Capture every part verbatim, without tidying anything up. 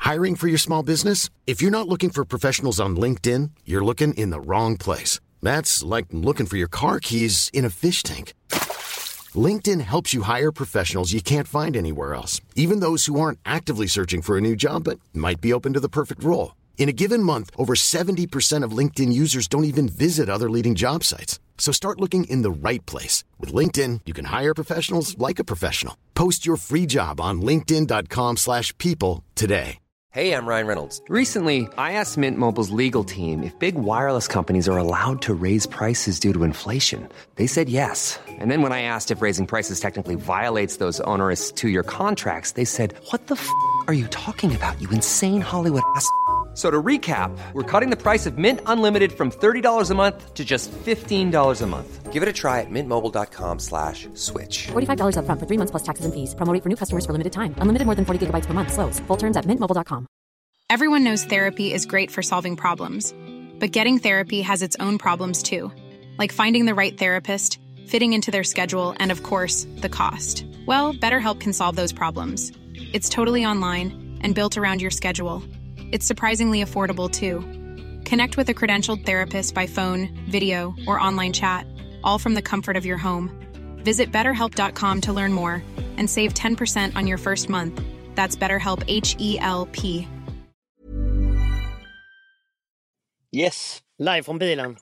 Hiring for your small business? If you're not looking for professionals on LinkedIn, you're looking in the wrong place. That's like looking for your car keys in a fish tank. LinkedIn helps you hire professionals you can't find anywhere else, even those who aren't actively searching for a new job but might be open to the perfect role. In a given month, over seventy percent of LinkedIn users don't even visit other leading job sites. So start looking in the right place. With LinkedIn, you can hire professionals like a professional. Post your free job on linkedin dot com slash people today. Hey, I'm Ryan Reynolds. Recently, I asked Mint Mobile's legal team if big wireless companies are allowed to raise prices due to inflation. They said yes. And then when I asked if raising prices technically violates those onerous two-year contracts, they said, what the f*** are you talking about, you insane Hollywood ass f- So to recap, we're cutting the price of Mint Unlimited from thirty dollars a month to just fifteen dollars a month. Give it a try at mintmobile.com slash switch. forty-five dollars up front for three months plus taxes and fees. Promo rate for new customers for limited time. Unlimited more than forty gigabytes per month. Slows full terms at mint mobile dot com. Everyone knows therapy is great for solving problems. But getting therapy has its own problems too. Like finding the right therapist, fitting into their schedule, and of course, the cost. Well, BetterHelp can solve those problems. It's totally online and built around your schedule. It's surprisingly affordable, too. Connect with a credentialed therapist by phone, video, or online chat, all from the comfort of your home. Visit better help dot com to learn more and save ten percent on your first month. That's BetterHelp, H E L P. Yes. Live från bilen.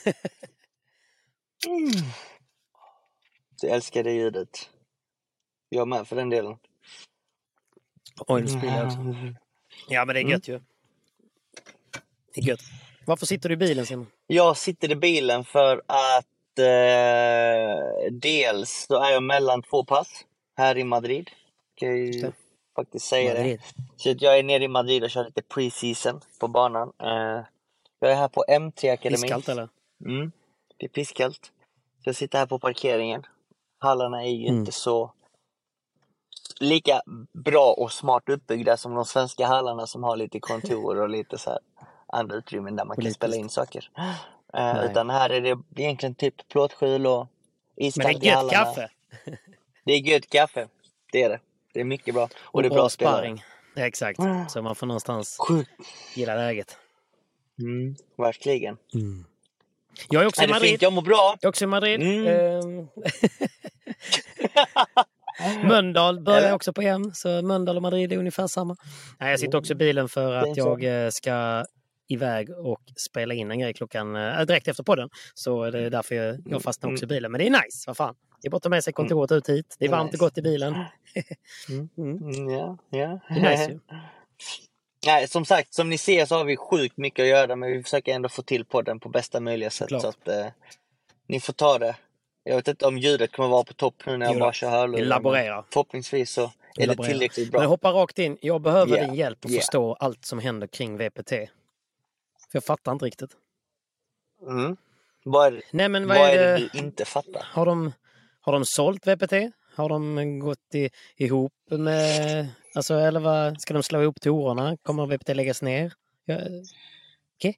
mm. Jag älskar det ljudet. Jag med för den delen. Oj, nu spiller jag också. Ja, men det är gött mm. ju. Det är gött. Varför sitter du i bilen, Simon? Jag sitter i bilen för att eh, dels så är jag mellan två pass här i Madrid. Kan jag ju faktiskt säga Madrid. det. Så att jag är nere i Madrid och kör lite pre-season på banan. Eh, jag är här på M tre Akademi. Piskallt eller? Mm, det är piskallt. Så jag sitter här på parkeringen. Hallarna är ju mm. inte så lika bra och smart uppbyggda som de svenska hallarna som har lite kontor och lite så här andra utrymmen där man kan spela in saker. Uh, utan här är det egentligen typ plåtskjul och iskallt. Men det är gött kaffe. Det är gött kaffe. Det är det. Det är mycket bra. Och, och det är bra sparring. Ja, exakt. Så man får någonstans Sjukt. gilla läget. Mm, verkligen. Mm. Jag är också är i Madrid. Fint? Jag mår bra. Jag är också i Madrid. Mm. Um... Mölndal börjar också på M, så Mölndal och Madrid är ungefär samma. Nej, jag sitter också i bilen för att jag ska iväg och spela in en grej klockan äh, direkt efter podden. Så det är därför jag, jag fastnar också i bilen. Men det är nice, vad fan. Det är bara att ta med sig kontoret ut hit. Det är varmt och gott i bilen. mm. Mm, ja, ja. Det är nice ju. Nej, som sagt, som ni ser så har vi sjukt mycket att göra, men vi försöker ändå få till podden på bästa möjliga sätt. Klart. Så att eh, ni får ta det. Jag vet inte om ljudet kommer vara på topp nu när jag jo, bara kör hörlurar. Laborera. Förhoppningsvis så är det tillräckligt bra. Men hoppa rakt in. Jag behöver yeah. din hjälp att yeah. förstå allt som händer kring V P T. För jag fattar inte riktigt. Mm. Vad är, Nej, men vad, vad är, är det det du inte fattar? Har de, har de sålt V P T? Har de gått i, ihop med... Alltså, eller vad? Ska de slå ihop torerna? Kommer V P T läggas ner? Okej? Okay.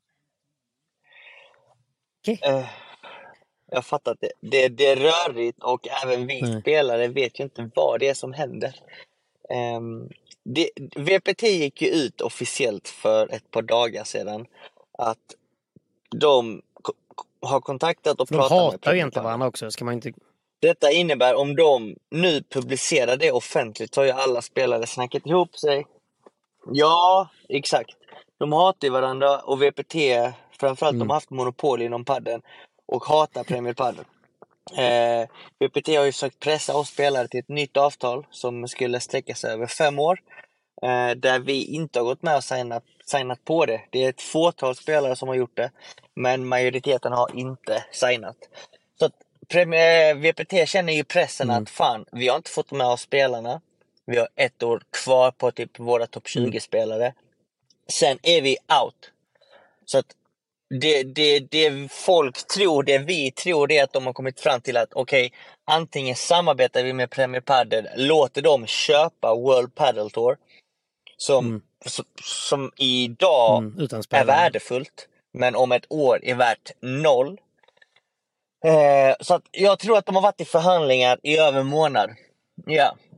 Okej? Okay. Uh. Jag fattar att det, det, det är rörigt och även vi mm. spelare vet ju inte vad det är som händer. Um, det, V P T gick ju ut officiellt för ett par dagar sedan att de ko- har kontaktat och de pratat med De hatar ju inte varandra också, ska man inte... Detta innebär om de nu publicerar det offentligt så har ju alla spelare snackat ihop sig. Ja, exakt. De hatar ju varandra och V P T, framförallt mm. de har haft monopol inom padden och hatar Premier Padel. Eh, V P T har ju försökt pressa oss spelare till ett nytt avtal som skulle sträcka sig över fem år. Eh, där vi inte har gått med och signat, signat på det. Det är ett fåtal spelare som har gjort det. Men majoriteten har inte signat. Så att Premier, V P T känner ju pressen mm. att fan, vi har inte fått med oss spelarna. Vi har ett år kvar på typ våra topp tjugo-spelare. Mm. Sen är vi out. Så att Det, det, det folk tror, det vi tror, det är att de har kommit fram till att okej, okay, antingen samarbetar vi med Premier Padel, låter dem köpa World Padel Tour som, mm. som, som idag mm, är värdefullt, men om ett år är värt noll. Eh, så att jag tror att de har varit i förhandlingar i över en månad. Ja,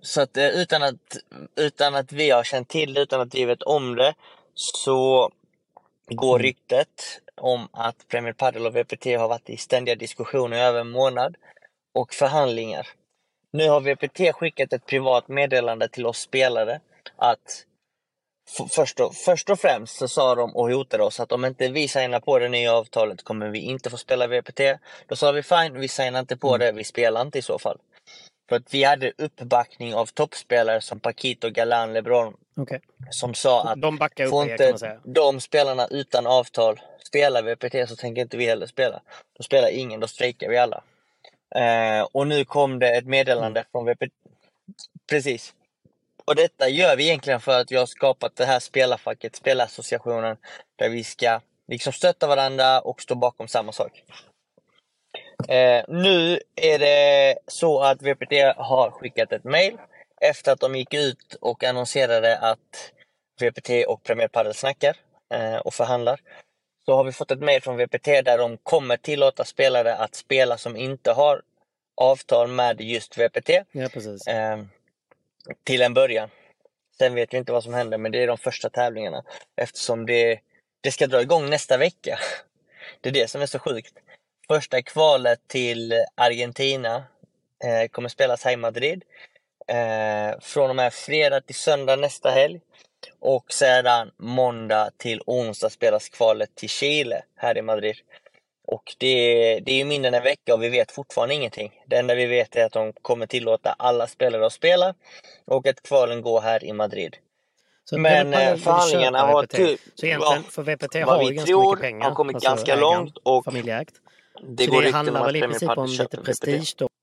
så att utan att, utan att vi har känt till det, utan att vi vet om det, så går Mm. ryktet om att Premier Padel och V P T har varit i ständiga diskussioner i över en månad och förhandlingar. Nu har V P T skickat ett privat meddelande till oss spelare att f- först, och, först och främst så sa de och hotade oss att om inte vi signar på det nya avtalet kommer vi inte få spela V P T. Då sa vi fine, vi signar inte på det, vi spelar inte i så fall. För att vi hade uppbackning av toppspelare som Paquito, Galan, LeBron Okej. som sa att De backar upp får er, kan man inte säga. de spelarna utan avtal spela V P T så tänker inte vi heller spela. Då spelar ingen, då strejkar vi alla. Eh, och nu kom det ett meddelande Mm. från V P T. Precis. Och detta gör vi egentligen för att vi har skapat det här spelarfacket, spelassociationen, där vi ska liksom stötta varandra och stå bakom samma sak. Eh, nu är det så att V P T har skickat ett mail efter att de gick ut och annonserade att V P T och Premier Padel snackar eh, och förhandlar. Så har vi fått ett mail från V P T där de kommer tillåta spelare att spela som inte har avtal med just V P T. Ja, precis. Eh, till en början. Sen vet vi inte vad som händer, men det är de första tävlingarna. Eftersom det, det ska dra igång nästa vecka. Det är det som är så sjukt. Första kvalet till Argentina eh, kommer spelas här i Madrid. Eh, från och med fredag till söndag nästa helg. Och sedan måndag till onsdag spelas kvalet till Chile här i Madrid. Och det, det är ju mindre än en vecka och vi vet fortfarande ingenting. Det enda vi vet är att de kommer tillåta alla spelare att spela och att kvalen går här i Madrid. Så att Men Premier Padel eh, vill förhandlingarna köpa har V P T. ty- Så egentligen, ja, för V P T vad har ju vi ganska tror mycket pengar. har kommit alltså ganska ägaren, långt och familjeägt. det Så går det rykten om handlar att väl i Premier princip Padel om köper lite V P T. prestige då.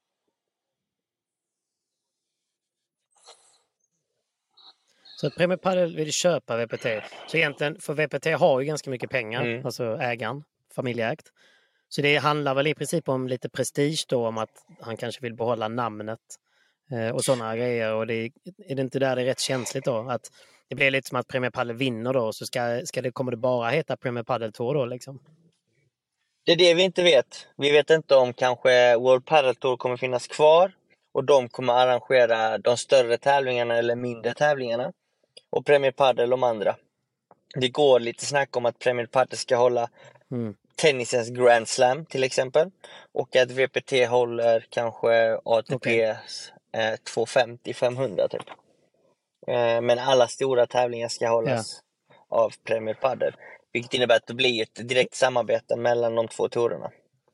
Så att Premier Padel vill köpa V P T. Så egentligen, för V P T har ju ganska mycket pengar, Mm. alltså ägaren, familjeägt. Så det handlar väl i princip om lite prestige då, om att han kanske vill behålla namnet eh, och sådana grejer. Och det, är det inte där det är rätt känsligt då? Att det blir lite som att Premier Padel vinner då, så ska, ska det, kommer det bara heta Premier Padel Tour då liksom? Det är det vi inte vet. Vi vet inte om kanske World Padel Tour kommer finnas kvar och de kommer arrangera de större tävlingarna eller mindre tävlingarna. Och Premier Padel de andra. Det går lite snack om att Premier Padel ska hålla Mm. tennisens Grand Slam till exempel. Och att V P T håller kanske A T P:s eh, tvåhundrafemtio femhundra typ. Eh, men alla stora tävlingar ska hållas av Premier Padel. Vilket innebär att det blir ett direkt samarbete mellan de två tourerna.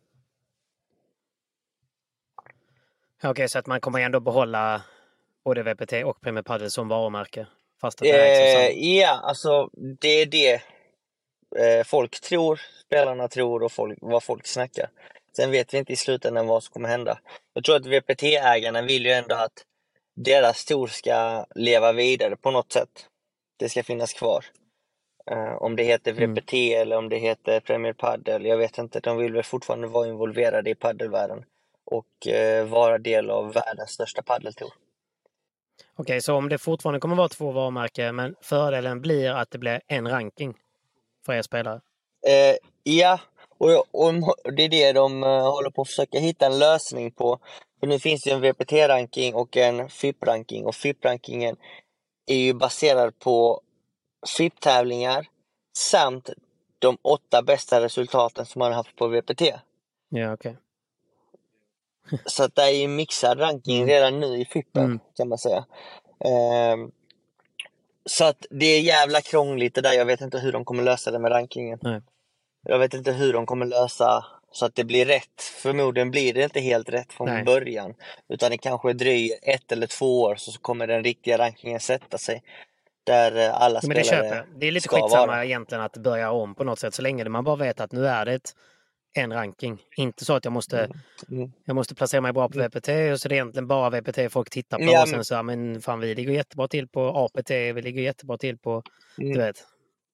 Okej, okay, så att man kommer ändå behålla både V P T och Premier Padel som varumärke? Fast att det ägs av Eh, samma. ja, alltså det är det eh, folk tror, spelarna tror och folk, vad folk snackar. Sen vet vi inte i slutändan vad som kommer hända. Jag tror att V P T-ägarna vill ju ändå att deras tour ska leva vidare på något sätt. Det ska finnas kvar. Uh, om det heter V P T mm. eller om det heter Premier Padel, jag vet inte. De vill väl fortfarande vara involverade i paddelvärlden och uh, vara del av världens största paddeltour. Okej, okay, så om det fortfarande kommer vara två varumärken, men fördelen blir att det blir en ranking för er spelare? Uh, ja, och, och det är det de uh, håller på att försöka hitta en lösning på. För nu finns det en V P T-ranking och en F I P-ranking, och F I P-rankingen är ju baserad på F I P-tävlingar samt de åtta bästa resultaten som man har haft på V P T. Ja, okej. Okay. Så att det är ju mixad ranking mm. redan nu i F I P mm. kan man säga. Um, så att det är jävla krångligt det där. Jag vet inte hur de kommer lösa det med rankingen. Nej. Jag vet inte hur de kommer lösa så att det blir rätt. Förmodligen blir det inte helt rätt från Nej. början. Utan det kanske dröjer ett eller två år så kommer den riktiga rankingen sätta sig. Där alla Men det spelare köper. Det är lite ska skitsamma vara. Egentligen att börja om på något sätt. Så länge man bara vet att nu är det ett, en ranking. Inte så att jag måste, mm. Mm. jag måste placera mig bra på V P T. Och så det är egentligen bara V P T folk tittar på. Ja, och sen så, men fan, vi ligger jättebra till på A P T. Vi ligger jättebra till på, mm. du vet.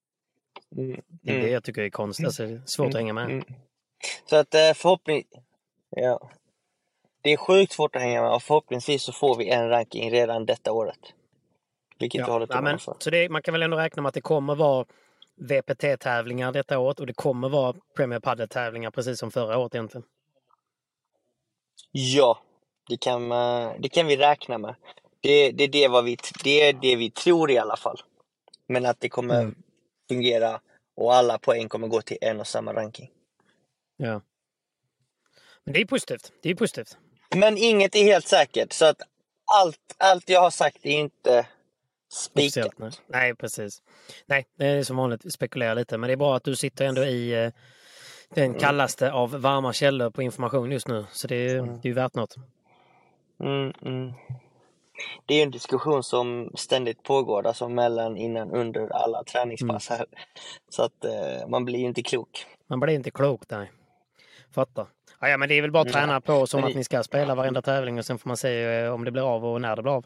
Mm. Det är det jag tycker är konstigt. Alltså, det är svårt mm. att hänga med. Mm. Så att förhoppning... Ja. Det är sjukt svårt att hänga med. Och förhoppningsvis så får vi en ranking redan detta året. Vilket ja. jag håller ja, men, för. Så det, man kan väl ändå räkna med att det kommer vara V P T-tävlingar detta året. Och det kommer vara Premier Padel-tävlingar precis som förra året egentligen. Ja, det kan, det kan vi räkna med. Det, det, är det, vad vi, det är det vi tror i alla fall. Men att det kommer mm. fungera och alla poäng kommer gå till en och samma ranking. Ja. Men det är positivt. Det är positivt. Men inget är helt säkert. Så att allt, allt jag har sagt är inte spikat. Nej. nej, precis. Nej, det är som vanligt. Vi spekulerar lite. Men det är bra att du sitter ändå i eh, den kallaste av varma källor på information just nu. Så det är, mm. det är ju värt något. Mm, mm. Det är en diskussion som ständigt pågår. Alltså mellan, innan, under alla träningspass här. Mm. Så att eh, man blir inte klok. Man blir inte klok, nej. Fattar. Ja, ja, men det är väl bara att träna på som att ni ska spela varenda tävling och sen får man se om det blir av och när det blir av.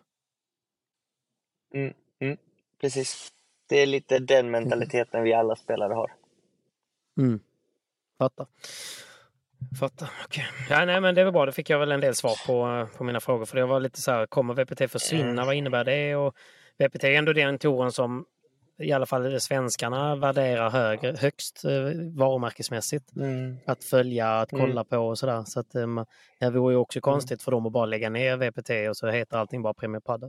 Mm, mm, precis. Det är lite den mentaliteten vi alla spelare har. Mm. Fattar. Fattar, okej. Okay. Ja, nej, men det var bra. Då fick jag väl en del svar på, på mina frågor. För det var lite så här, kommer V P T försvinna? Vad innebär det? Och V P T är ändå den touren som i alla fall svenskarna värderar högre, högst eh, varumärkesmässigt. Mm. Att följa, att kolla mm. på och sådär. Så att eh, det vore ju också konstigt mm. för dem att bara lägga ner V P T och så heter allting bara Premier Padel.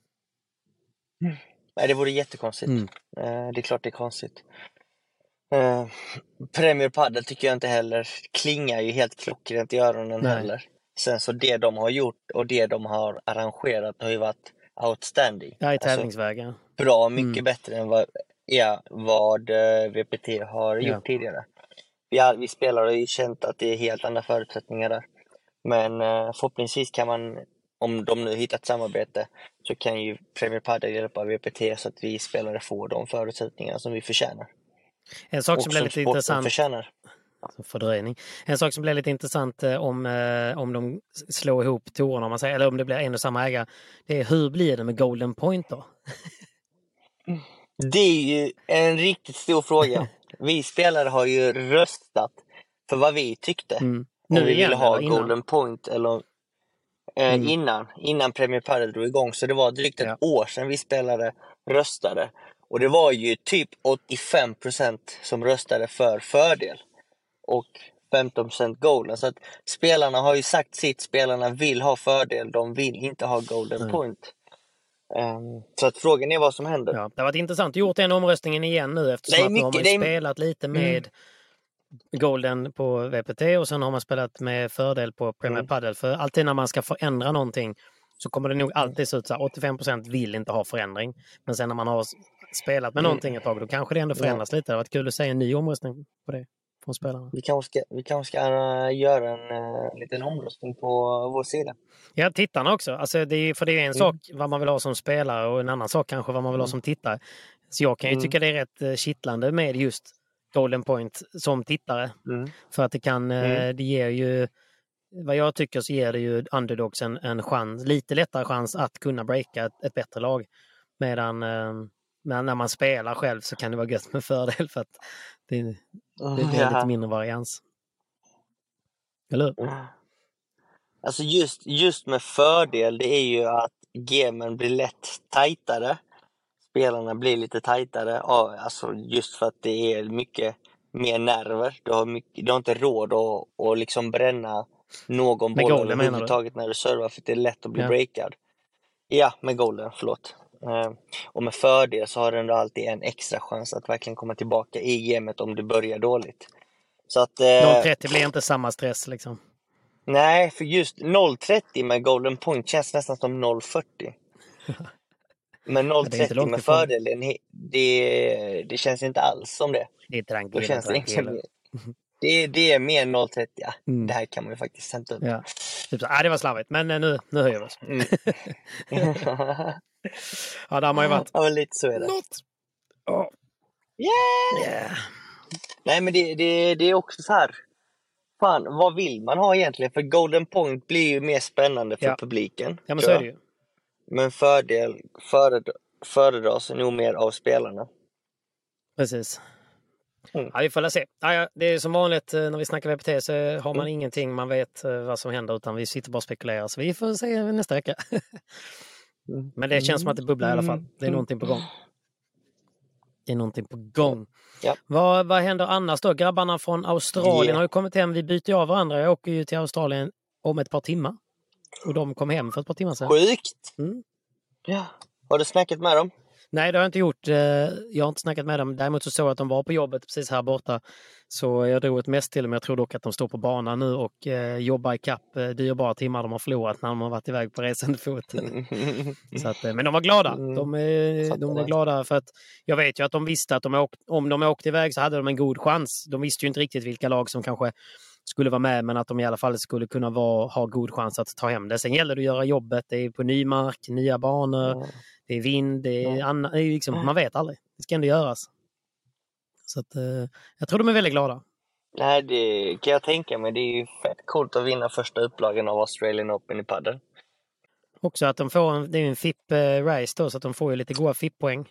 Mm. Nej, det vore jättekonstigt. Mm. Eh, det är klart det är konstigt. Eh, Premier Padel tycker jag inte heller klingar ju helt klockrent i öronen Nej. heller. Sen så det de har gjort och det de har arrangerat har ju varit outstanding. Ja, i tävlingsvägen. Alltså, bra, mycket mm. bättre än vad, ja, vad V P T har gjort ja. tidigare. Vi, har, vi spelar och har ju känt att det är helt andra förutsättningar där. Men eh, förhoppningsvis kan man, om de nu hittat samarbete, så kan ju Premier Padel hjälpa V P T så att vi spelare får de förutsättningar som vi förtjänar. En sak som, som blev lite intressant förtjänar. Fördröjning. En sak som blir lite intressant eh, om, eh, om de slår ihop tourerna, om man säger, eller om det blir en och samma ägare, det är hur blir det med Golden Point då? Det är ju en riktigt stor fråga. Vi spelare har ju röstat för vad vi tyckte. Mm. Nu om vi ville ha Golden Point eller eh, mm. innan, innan Premier Padel drog igång. Så det var drygt ett ja. år sedan vi spelare röstade. Och det var ju typ åttiofem procent som röstade för fördel. Och femton procent golden. Så att spelarna har ju sagt sitt. Spelarna vill ha fördel. De vill inte ha golden mm. point. Um, så att frågan är vad som händer. Ja, det har varit intressant. Gjort den omröstningen igen nu. Eftersom mycket, att nu har man är... spelat lite med mm. golden på V P T. Och sen har man spelat med fördel på Premier mm. Padel. För alltid när man ska förändra någonting så kommer det nog alltid se ut så här. åttiofem procent vill inte ha förändring. Men sen när man har spelat med mm. någonting ett tag, då kanske det ändå förändras ja. lite. Det har varit kul att se en ny omröstning på det. Vi kanske ska, vi kanske ska uh, göra en uh, liten omröstning på vår sida. Ja, tittarna också. Alltså det är, för det är en mm. sak vad man vill ha som spelare och en annan sak kanske vad man vill ha som tittare. Så jag kan ju mm. tycka det är rätt uh, kittlande med just Golden Point som tittare. Mm. För att det kan, uh, mm. det ger ju, vad jag tycker så ger det ju underdogs en, en chans, lite lättare chans att kunna breaka ett, ett bättre lag. Medan uh, men när man spelar själv så kan det vara gött med fördel för att det, det blir ja. lite mindre varians. Eller hur? Alltså just, just med fördel, det är ju att gamen blir lätt tajtare. Spelarna blir lite tajtare. Alltså just för att det är mycket mer nerver. Du har, mycket, du har inte råd att, att liksom bränna någon boll överhuvudtaget när du servar, för det är lätt att bli ja. breakad. Ja, med golden, förlåt. Uh, och med fördel så har du ändå alltid en extra chans att verkligen komma tillbaka i gamet om du börjar dåligt. Så att uh, noll trettio blir inte samma stress liksom. Nej, för just noll trettio med golden point känns nästan som noll fyrtio. Men noll trettio med fördel, det, det, det känns inte alls som det. Det är tranquilo, känns det, som, det, det är mer noll trettio. Mm. Det här kan man ju faktiskt hämta upp. Ja. Typ så, ah, det var slarvigt, men nu, nu höjer vi oss. Mm. Ja, där har man ju varit. Ja, lite så är det. Något. Oh. Yeah! yeah! Nej, men det, det, det är också så här. Fan, vad vill man ha egentligen? För Golden Point blir ju mer spännande för ja. publiken. Ja, men så är det ju. Men fördel föredra, föredras nog mer av spelarna. Precis. Mm. Ja, vi får se. Ja, det är som vanligt när vi snackar V P T så har man mm. ingenting, man vet vad som händer, utan vi sitter bara och spekulerar. Så vi får se nästa vecka. Men det känns som att det bubblar i alla fall. Det är någonting på gång. Det är någonting på gång. Ja. Vad, vad händer annars då? Grabbarna från Australien yeah. har ju kommit hem. Vi byter av varandra. Jag åker ju till Australien om ett par timmar. Och de kom hem för ett par timmar sedan. Sjukt! Mm. Ja. Har du snackat med dem? Nej, det har jag inte gjort. Jag har inte snackat med dem. Däremot så såg jag att de var på jobbet precis här borta. Så jag drog ett mess till dem. Jag tror dock att de står på banan nu och eh, jobbar i kapp eh, dyrbara timmar de har förlorat när de har varit iväg på resande fot. Så att, eh, men de var glada. De, eh, de var glada för att jag vet ju att de visste att de åkt, om de åkte iväg så hade de en god chans. De visste ju inte riktigt vilka lag som kanske skulle vara med, men att de i alla fall skulle kunna vara, ha god chans att ta hem det. Sen gäller det att göra jobbet. Det är på ny mark, nya banor. Mm. Det är vind, det är anna, det är liksom, man vet aldrig. Det ska ändå göras. Så att, eh, jag tror de är väldigt glada. Nej, det kan jag tänka mig. Det är ju fett coolt att vinna första upplagen av Australian Open i padel. Också att de får en, det är en F I P-race då, så att de får ju lite goda F I P-poäng.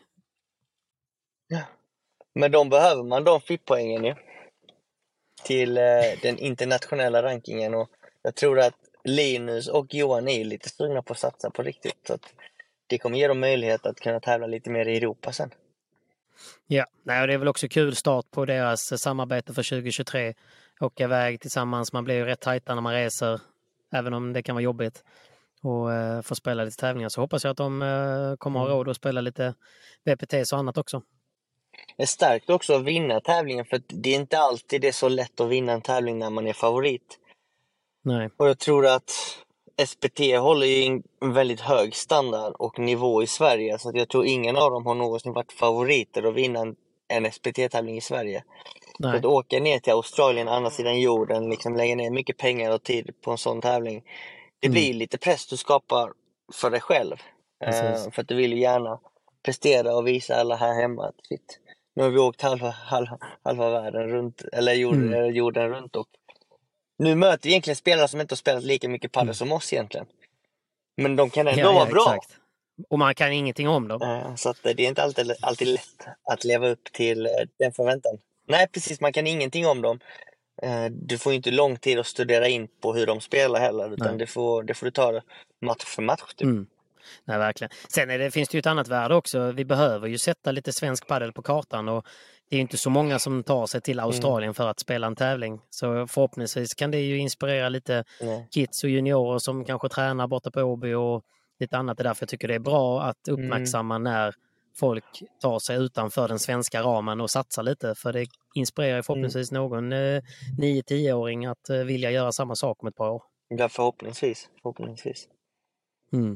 Ja. Men de behöver man de F I P-poängen ju. Till eh, den internationella rankingen. Och jag tror att Linus och Johan är lite sugna på att satsa på riktigt. Så att det kommer ge dem möjlighet att kunna tävla lite mer i Europa sen. Ja, nej, och det är väl också kul start på deras samarbete för tjugo tjugotre. Åka iväg tillsammans, man blir ju rätt tajta när man reser, även om det kan vara jobbigt. Och eh, få spela lite tävlingar, så hoppas jag att de eh, kommer ha råd att spela lite V P T och annat också. Det är starkt också att vinna tävlingen, för att det är inte alltid det är så lätt att vinna en tävling när man är favorit. Nej. Och jag tror att S P T håller ju en väldigt hög standard och nivå i Sverige, så att jag tror ingen av dem har någonsin varit favoriter att vinna en, en S P T-tävling i Sverige. Nej. Så att åka ner till Australien, andra sidan jorden, liksom lägga ner mycket pengar och tid på en sån tävling, det mm. blir lite press du skapar för dig själv. Uh, för att du vill ju gärna prestera och visa alla här hemma att shit, nu har vi åkt halva, halva, halva världen runt, eller jorden, mm. jorden runt, och nu möter vi egentligen spelare som inte har spelat lika mycket padel mm. som oss egentligen. Men de kan ändå ja, vara ja, bra. Exakt. Och man kan ingenting om dem. Uh, så att det är inte alltid, alltid lätt att leva upp till uh, den förväntan. Nej, precis. Man kan ingenting om dem. Uh, du får ju inte lång tid att studera in på hur de spelar heller. Utan det får, det får du ta match för match. Typ. Mm. Nej, verkligen. Sen är det, finns det ju ett annat värde också. Vi behöver ju sätta lite svensk padel på kartan. Och det är ju inte så många som tar sig till Australien mm. för att spela en tävling. Så förhoppningsvis kan det ju inspirera lite mm. kids och juniorer som kanske tränar borta på Åby och lite annat. Det är därför jag tycker det är bra att uppmärksamma mm. när folk tar sig utanför den svenska ramen och satsar lite. För det inspirerar förhoppningsvis mm. någon eh, nio-tio-åring att eh, vilja göra samma sak om ett par år. Ja, förhoppningsvis. förhoppningsvis. Mm.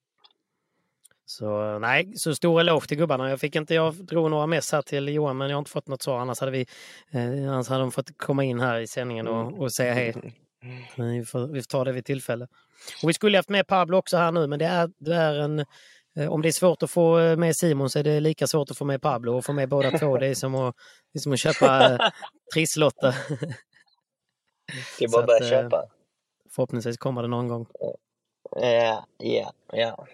Så nej, så stor eloge till gubbarna. Jag fick inte, jag drog några mess här till Johan, men jag har inte fått något svar. Annars hade vi, eh, annars hade de fått komma in här i sändningen och, och säga hej. Men vi får, vi får ta det vid tillfälle. Och vi skulle haft med Pablo också här nu, men det är, det är en, eh, om det är svårt att få med Simon så är det lika svårt att få med Pablo, och få med båda två. Det är som att, det är som att köpa eh, trisslotter. Det är bara att börja köpa. Förhoppningsvis kommer det någon gång. Ja, ja, ja.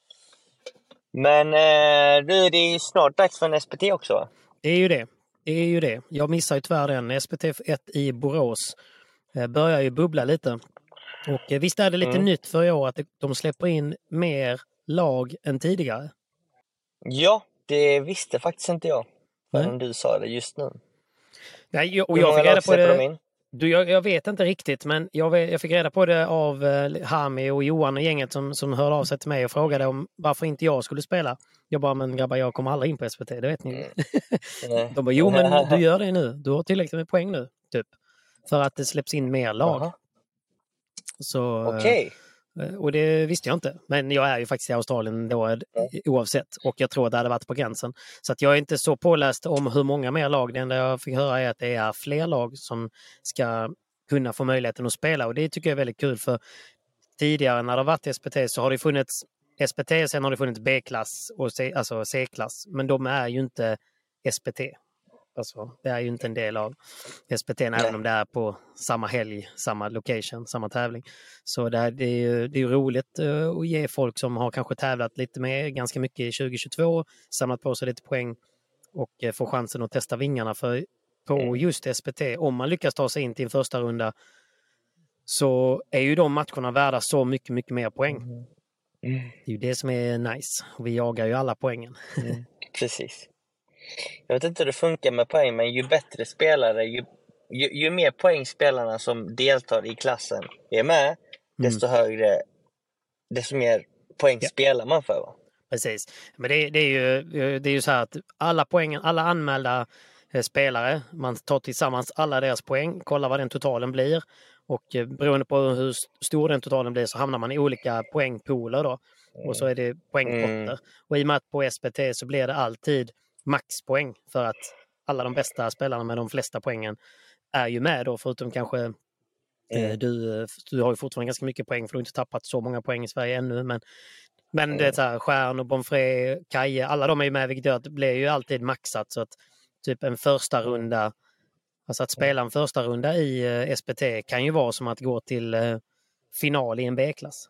Men eh, det är ju snart dags för en S P T också, va? Det är ju det. Det är ju det. Jag missar ju tyvärr den. S P T ett i Borås eh, börjar ju bubbla lite. Och eh, visst är det lite mm. nytt för i år att de släpper in mer lag än tidigare? Ja, det visste faktiskt inte jag. Förrän mm. du sa det just nu. Nej, och jag fick reda på det. Du, jag, jag vet inte riktigt, men jag, jag fick reda på det av eh, Hami och Johan och gänget som, som hörde av sig till mig och frågade om varför inte jag skulle spela. Jag bara, men grabbar, jag kommer aldrig in på S P T, det vet ni. Mm. De bara, jo men du gör det nu. Du har tillräckligt med poäng nu, typ. För att det släpps in mer lag. Uh-huh. Så, okej. Okay. Och det visste jag inte. Men jag är ju faktiskt i Australien då mm. oavsett. Och jag tror att det hade varit på gränsen. Så att jag är inte så påläst om hur många mer lag. Det enda jag fick höra är att det är fler lag som ska kunna få möjligheten att spela. Och det tycker jag är väldigt kul, för tidigare när det har varit S P T så har det funnits S P T, sen har det funnits B-klass och C, alltså C-klass. Men de är ju inte S P T. Alltså, det är ju inte en del av S P T, även om det är på samma helg, samma location, samma tävling. Så det är, det är ju det är roligt uh, att ge folk som har kanske tävlat lite mer, ganska mycket i tjugo tjugotvå, samlat på sig lite poäng och uh, få chansen att testa vingarna. För på just S P T, om man lyckas ta sig in till en första runda, så är ju de matcherna värda så mycket, mycket mer poäng. Mm. Det är ju det som är nice. Och vi jagar ju alla poängen. Mm. Precis. Jag vet inte hur det funkar med poäng, men ju bättre spelare, ju, ju, ju mer poängspelarna som deltar i klassen är med, desto mm. högre, desto mer poäng ja. spelar man för, va? Precis. Men det, det, är ju, det är ju så här att alla poängen, alla anmälda spelare, man tar tillsammans alla deras poäng, kollar vad den totalen blir och beroende på hur stor den totalen blir så hamnar man i olika poängpooler då. Och så är det poängpotter. Mm. Och i och med att på S P T så blir det alltid maxpoäng för att alla de bästa spelarna med de flesta poängen är ju med då, förutom kanske mm. eh, du, du har ju fortfarande ganska mycket poäng för du har inte tappat så många poäng i Sverige ännu, men Men mm. det är så här, Stjärn och Bonfré, Kaje, alla de är ju med, vilket gör att det blir ju alltid maxat. Så att typ en första runda, alltså att spela en första runda i eh, S P T kan ju vara som att gå till eh, final i en B-klass.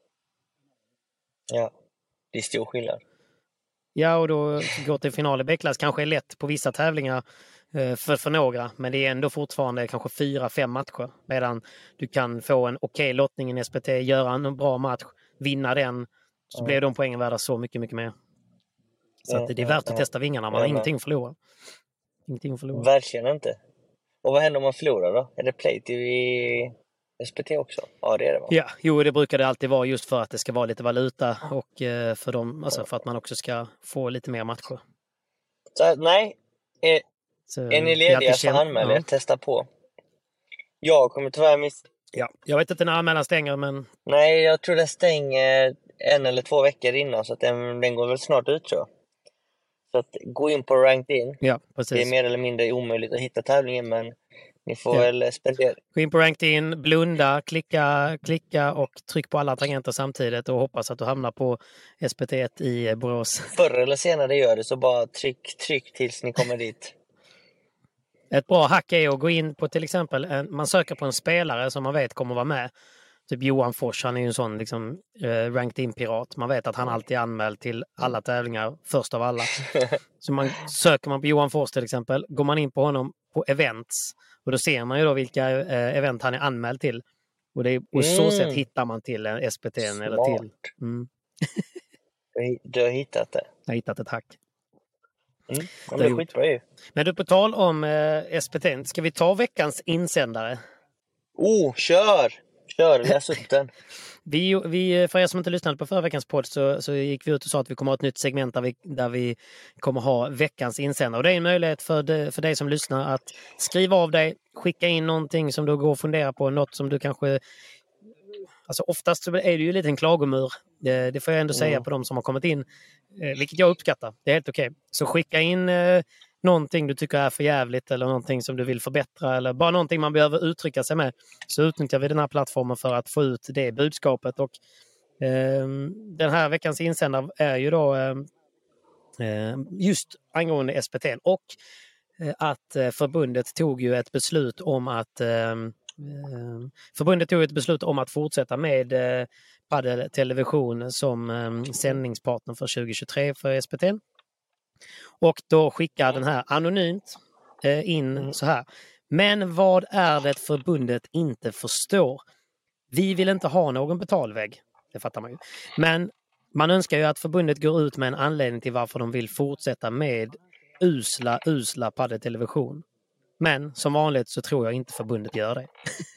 Ja, det är stor skillnad. Ja, och då gå till final i B-klass kanske är lätt på vissa tävlingar eh, för, för några, men det är ändå fortfarande kanske fyra, fem matcher. Medan du kan få en okej lottning i S P T, göra en bra match, vinna den, så mm. blir de poängen värda så mycket, mycket mer. Så mm, att det är värt mm, att testa vingarna. Man har mm, ingenting att förlora. Ingenting att förlora. Verkligen inte. Och vad händer om man förlorar då? Är det play i S P T också? Ja, det är det, va? Ja, jo, det brukar det alltid vara just för att det ska vara lite valuta och eh, för, dem, alltså för att man också ska få lite mer matcher. Så nej, är, så, är ni lediga så anmäl er, ja. Testa på. Jag kommer tyvärr miss... Ja, jag vet inte när anmälan stänger, men... Nej, jag tror det stänger en eller två veckor innan, så att den, den går väl snart ut, tror jag. Så att gå in på Ranked In. Ja, precis. Det är mer eller mindre omöjligt att hitta tävlingen, men ni får ja. väl spendera. Gå in på Ranked In, blunda, klicka, klicka och tryck på alla tangenter samtidigt och hoppas att du hamnar på S P T ett i Borås. Förr eller senare gör det, så bara tryck, tryck tills ni kommer dit. Ett bra hack är att gå in på till exempel, en, man söker på en spelare som man vet kommer vara med. Typ Johan Fors, han är ju en sån liksom, uh, ranked in-pirat. Man vet att han alltid är anmäld till alla tävlingar, först av alla. Så man, söker man på Johan Fors till exempel, går man in på honom på events. Och då ser man ju då vilka uh, event han är anmäld till. Och, det är, och mm. så sätt hittar man till en S P T eller till. Mm. Du har hittat det? Jag har hittat ett hack. Mm. Ja, det är skitbra ju. Men du, på tal om eh, S P T, ska vi ta veckans insändare? Oh, kör! Kör, läs upp den. vi, vi, för er som inte lyssnade på förra veckans podd så, så gick vi ut och sa att vi kommer ha ett nytt segment där vi, där vi kommer ha veckans insändare. Och det är en möjlighet för, de, för dig som lyssnar att skriva av dig, skicka in någonting som du går och funderar på, något som du kanske... Alltså oftast så är det ju lite en klagomur. Det, det får jag ändå säga mm. på de som har kommit in. Eh, vilket jag uppskattar. Det är helt okej. Okay. Så skicka in eh, någonting du tycker är för jävligt eller någonting som du vill förbättra eller bara någonting man behöver uttrycka sig med. Så utnyttjar vi den här plattformen för att få ut det budskapet. Och eh, den här veckans insändare är ju då eh, just angående S P T. Och eh, att eh, förbundet tog ju ett beslut om att eh, Förbundet tog ett beslut om att fortsätta med eh, Padel Television som eh, sändningspartner för tjugo tjugotre för S P T. Och då skickar den här anonymt eh, in mm. så här. Men vad är det förbundet inte förstår? Vi vill inte ha någon betalvägg. Det fattar man ju. Men man önskar ju att förbundet går ut med en anledning till varför de vill fortsätta med usla, usla Padel Television. Men som vanligt så tror jag inte förbundet gör det.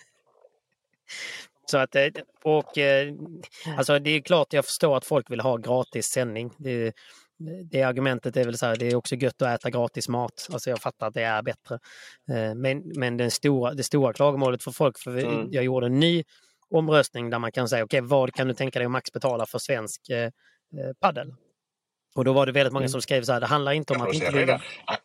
Så att, och alltså det är klart jag förstår att folk vill ha gratis sändning. Det, det argumentet är väl så här, det är också gött att äta gratis mat. Alltså jag fattar att det är bättre. Men, men den stora, det stora klagomålet för folk, för mm. jag gjorde en ny omröstning där man kan säga, okej, okay, vad kan du tänka dig att max betala för svensk eh, paddel? Och då var det väldigt många som skrev så här, det handlar inte om att inte vilja...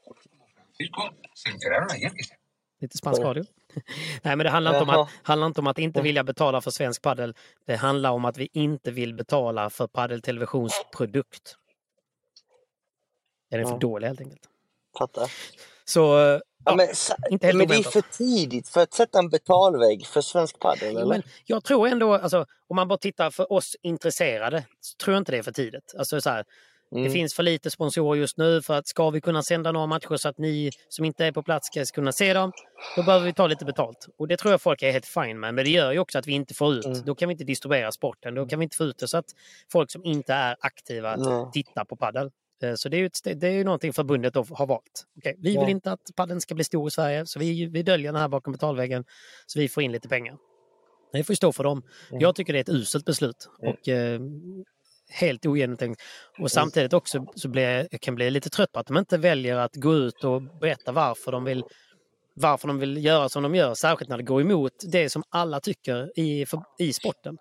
Lite spansk radio. Nej, men det handlar inte, om att, handlar inte om att inte vilja betala för svensk paddel. Det handlar om att vi inte vill betala för Padel Televisions produkt. Den är för ja. dålig helt enkelt. Fattar. Så ja, ja, men, inte helt men det är för tidigt för att sätta en betalvägg för svensk paddel, eller? Men jag tror ändå, alltså, om man bara tittar för oss intresserade, så tror jag inte det är för tidigt. Alltså så här, Mm. det finns för lite sponsorer just nu för att ska vi kunna sända några matcher så att ni som inte är på plats ska kunna se dem, då behöver vi ta lite betalt. Och det tror jag folk är helt fine med, men det gör ju också att vi inte får ut, mm. då kan vi inte distribuera sporten, då kan vi inte få ut det så att folk som inte är aktiva mm. tittar på paddel. Så det är ju, ett, det är ju någonting förbundet har valt. Okay, vi vill ja. inte att paddeln ska bli stor i Sverige, så vi, vi döljer den här bakom betalväggen så vi får in lite pengar. Det får stå för dem. Mm. Jag tycker det är ett uselt beslut. Mm. Och eh, helt ogenomtänkt. Och samtidigt också så blir jag kan bli lite trött på att de inte väljer att gå ut och berätta varför de vill varför de vill göra som de gör, särskilt när det går emot det som alla tycker i, för, i sporten.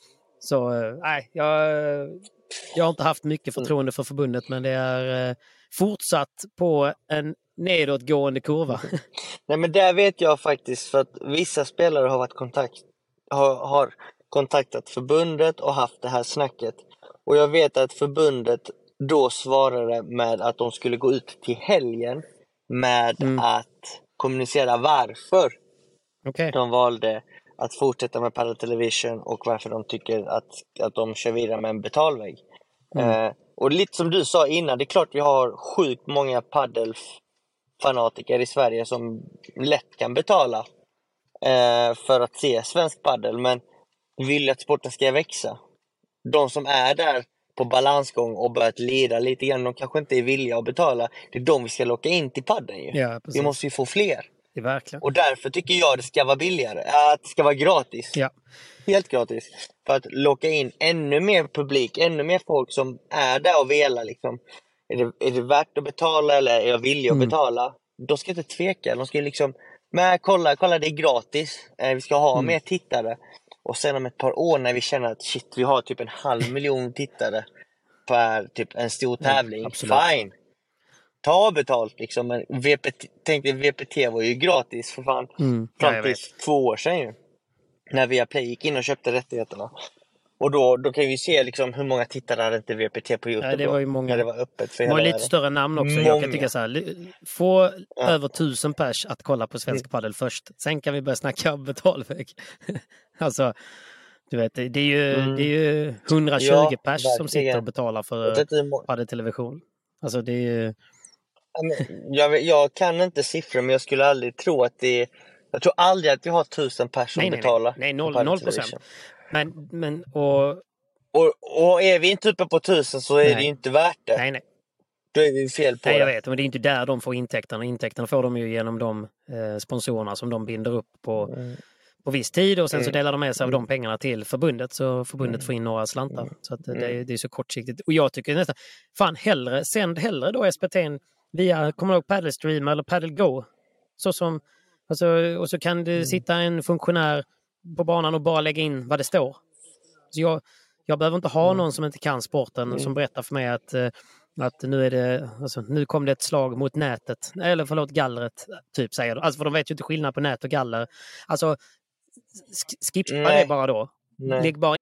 Så nej, jag, jag har inte haft mycket förtroende för förbundet, men det är eh, fortsatt på en nedåtgående kurva. Nej, men där vet jag faktiskt, för att vissa spelare har varit kontakt har, har kontaktat förbundet och haft det här snacket. Och jag vet att förbundet då svarade med att de skulle gå ut till helgen med mm. att kommunicera varför okay. de valde att fortsätta med Padel Television och varför de tycker att, att de kör vidare med en betalvägg. Mm. Eh, och lite som du sa innan, det är klart vi har sjukt många paddelfanatiker i Sverige som lätt kan betala eh, för att se svensk paddel, men vill att sporten ska växa. De som är där på balansgång och börjat leda lite grann, de kanske inte är villiga att betala. Det är de vi ska locka in till paddeln ju. Ja, vi måste ju få fler. Det är verkligen. Och därför tycker jag det ska vara billigare. Att det ska vara gratis. Ja. Helt gratis. För att locka in ännu mer publik, ännu mer folk som är där och velar liksom. Är det, är det värt att betala eller är jag villig att mm. betala? De ska inte tveka. De ska liksom, men kolla, kolla det är gratis. Eh, vi ska ha mm. mer tittare. Och sen om ett par år när vi känner att shit, vi har typ en halv miljon tittare för typ en stor tävling. Mm, fine. Ta betalt liksom. Men V P T, tänkte V P T var ju gratis för fan. Mm. Fram ja, till två år sedan ju. När Viaplay gick in och köpte rättigheterna. Och då, då kan vi se liksom hur många tittare hade inte V P T på YouTube. Ja, det var ju många. När det var öppet för det var hela lite världen. Större namn också. Många. Jag kan tycka så här, få ja. över tusen pers att kolla på svensk mm. paddel först. Sen kan vi börja snacka om betalväg. Alltså, du vet, det är ju, mm. det är ju hundratjugo ja, pers verkligen. Som sitter och betalar för Padel Television. Alltså det är ju... jag, jag kan inte siffror, men jag skulle aldrig tro att det är... Jag tror aldrig att vi har tusen pers som nej, betalar. Nej, nej, noll, noll procent. Men, men och... och... Och är vi inte uppe på tusen så är nej. Det ju inte värt det. Nej, nej. Då är vi fel på nej, det. Jag vet, men det är inte där de får intäkterna. Intäkterna får de ju genom de eh, sponsorerna som de binder upp på, mm. på viss tid. Och sen mm. så delar de med sig av de pengarna till förbundet. Så förbundet mm. får in några slantar. Mm. Så att det, är, det är så kortsiktigt. Och jag tycker nästan, fan hellre, sänd hellre då S P T via, kommer du ihåg Paddle Stream eller Paddle Go. Så som, alltså, och så kan det mm. sitta en funktionär på banan och bara lägga in vad det står. Så jag, jag behöver inte ha mm. någon som inte kan sporten mm. som berättar för mig att, att nu är det, alltså, nu kom det ett slag mot nätet. Eller förlåt, gallret, typ säger de. Alltså för de vet ju inte skillnad på nät och galler. Alltså, sk- skippa Nej. det bara då. Nej. Lägg bara.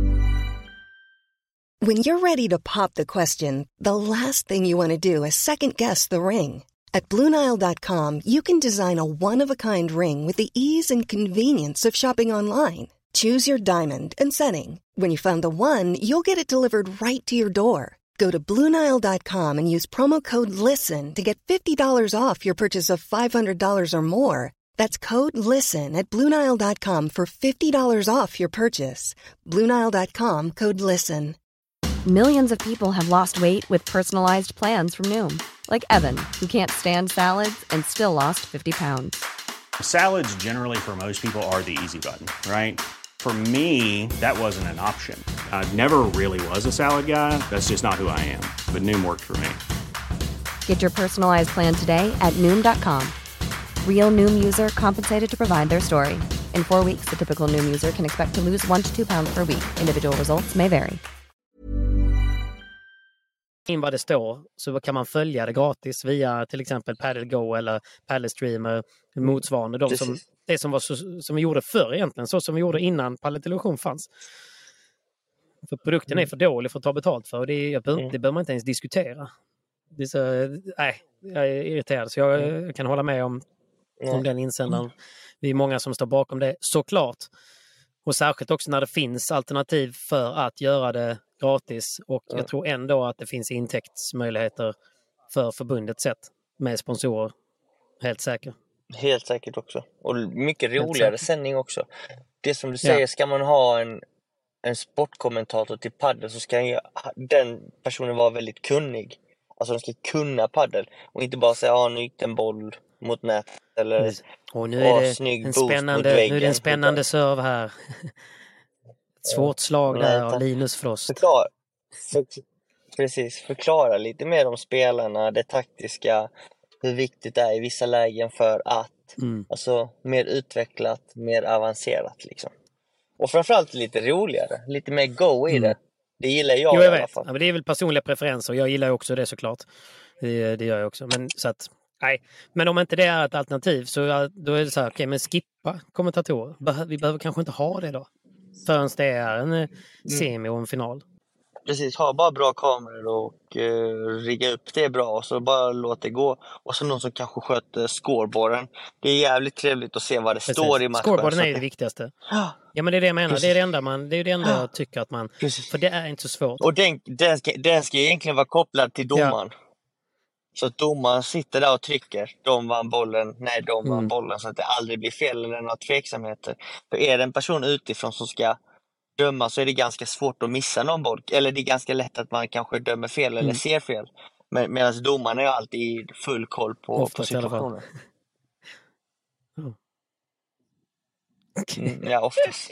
When you're ready to pop the question, the last thing you want to do is second guess the ring. At Blue Nile dot com, you can design a one-of-a-kind ring with the ease and convenience of shopping online. Choose your diamond and setting. When you find the one, you'll get it delivered right to your door. Go to Blue Nile dot com and use promo code LISTEN to get fifty dollars off your purchase of five hundred dollars or more. That's code LISTEN at Blue Nile dot com for fifty dollars off your purchase. Blue Nile dot com, code LISTEN. Millions of people have lost weight with personalized plans from Noom. Like Evan, who can't stand salads and still lost fifty pounds. Salads generally for most people are the easy button, right? For me, that wasn't an option. I never really was a salad guy. That's just not who I am. But Noom worked for me. Get your personalized plan today at Noom dot com. Real Noom user compensated to provide their story. In four weeks, the typical Noom user can expect to lose one to two pounds per week. Individual results may vary. In vad det står så kan man följa det gratis via till exempel Paddle Go eller Paddle Streamer motsvarande de som, det som, var så, som vi gjorde förr egentligen, så som vi gjorde innan Paddle Television fanns. För produkten mm. är för dålig för att ta betalt för och det, är, mm. det behöver man inte ens diskutera. Det är så, nej, jag är irriterad så jag, jag kan hålla med om, mm. om den insändaren. Vi är många som står bakom det, såklart. Och särskilt också när det finns alternativ för att göra det gratis. Och jag mm. tror ändå att det finns intäktsmöjligheter för förbundet sett med sponsorer. Helt säkert. Helt säkert också. Och mycket roligare sändning också. Det som du säger, ja. Ska man ha en, en sportkommentator till paddel så ska ju den personen vara väldigt kunnig. Alltså de ska kunna paddel. Och inte bara säga, ja nu gick en boll mot nät. Eller, och nu är det en spännande, nu är det en spännande serve här. Ett svårt slag där av Linus Frost. Förklara, För, precis, förklara lite mer om spelarna, det taktiska, hur viktigt det är i vissa lägen för att, mm. alltså mer utvecklat, mer avancerat liksom. Och framförallt lite roligare, lite mer go i mm. det. Det gillar jag, jo, jag i vet. alla fall. Ja, men det är väl personliga preferenser, jag gillar också det såklart. Det, det gör jag också. Men, så att, nej. Men om inte det är ett alternativ så då är det så här, okej, okay, men skippa kommentatorer. Vi behöver kanske inte ha det då. Förrän det är en mm. semi och en final. Precis, ha bara bra kameror och uh, rigga upp det bra och så bara låt det gå. Och så någon som kanske sköter scoreboarden. Det är jävligt trevligt att se vad det Precis. står i matchen. Scoreboarden är ju det viktigaste. Ja, men det är det jag menar. Precis. Det är det enda, man, det är det enda jag tycker att man... Precis. För det är inte så svårt. Och den, den, ska, den ska egentligen vara kopplad till domaren. Ja. Så att domaren sitter där och trycker. De vann bollen, nej de vann mm. bollen. Så att det aldrig blir fel eller några tveksamheter. För är det en person utifrån som ska döma så är det ganska svårt att missa någon boll. Eller det är ganska lätt att man kanske dömer fel eller mm. ser fel. Men, medan domaren är alltid full koll på, på situationen. Oh. Mm, ja, oftast.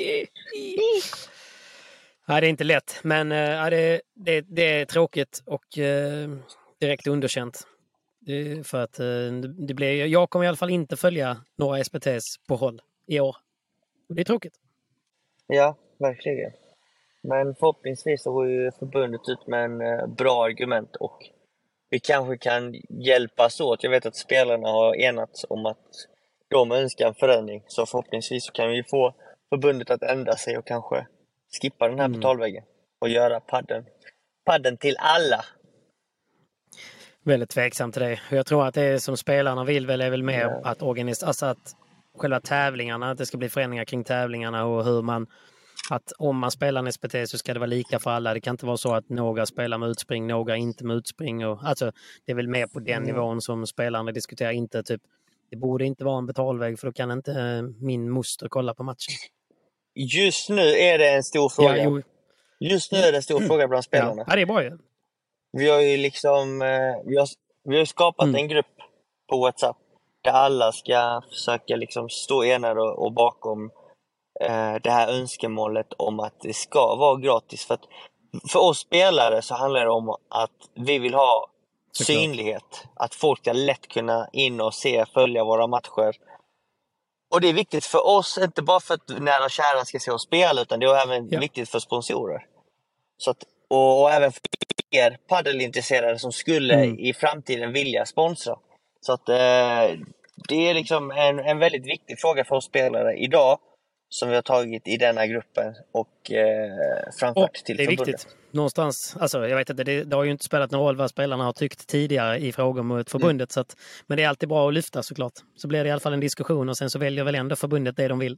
Ja, det är inte lätt. Men ja, det, det, det är tråkigt och eh, direkt underkänt. Det, för att eh, det blir, jag kommer i alla fall inte följa några S P T:s på håll i år. Och det är tråkigt. Ja, verkligen. Men förhoppningsvis så går ju förbundet ut med en eh, bra argument och vi kanske kan hjälpas åt. Jag vet att spelarna har enats om att de önskar en förändring. Så förhoppningsvis så kan vi få förbundet att ändra sig och kanske skippa den här mm. betalväggen och göra padden, padden till alla. Väldigt tveksam till det. Jag tror att det som spelarna vill väl är väl mer ja. att organisera, alltså att själva tävlingarna, att det ska bli förändringar kring tävlingarna och hur man, att om man spelar en S P T så ska det vara lika för alla. Det kan inte vara så att några spelar med utspring, några inte med utspring. Och, alltså, det är väl mer på den mm. nivån som spelarna diskuterar. Inte typ, det borde inte vara en betalväg för då kan inte äh, min moster kolla på matchen. Just nu är det en stor fråga. Ja, Just nu är det en stor mm. fråga bland spelarna. Ja, det är bra ju. Vi har ju liksom eh, vi har, vi har skapat mm. en grupp på WhatsApp där alla ska försöka liksom stå enade och, och bakom eh, det här önskemålet om att det ska vara gratis. För att för oss spelare så handlar det om att vi vill ha Såklart. synlighet. Att folk ska lätt kunna in och se, följa våra matcher. Och det är viktigt för oss, inte bara för att nära och kära ska se oss spela, utan det är även ja. viktigt för sponsorer. Så att, och, och även för er paddelintresserade som skulle mm. i framtiden vilja sponsra. Så att eh, det är liksom en, en väldigt viktig fråga för oss spelare idag som vi har tagit i denna gruppen och eh, framfört och till det är förbundet. Viktigt. Någonstans, alltså jag vet inte, det, det har ju inte spelat någon roll vad spelarna har tyckt tidigare i frågor mot förbundet. Mm. Så att, men det är alltid bra att lyfta såklart. Så blir det i alla fall en diskussion och sen så väljer väl ändå förbundet det de vill.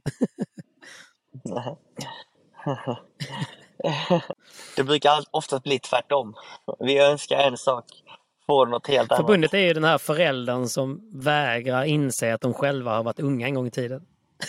Det brukar ofta bli tvärtom. Vi önskar en sak, får något helt annat. Förbundet är ju den här föräldern som vägrar inse att de själva har varit unga en gång i tiden.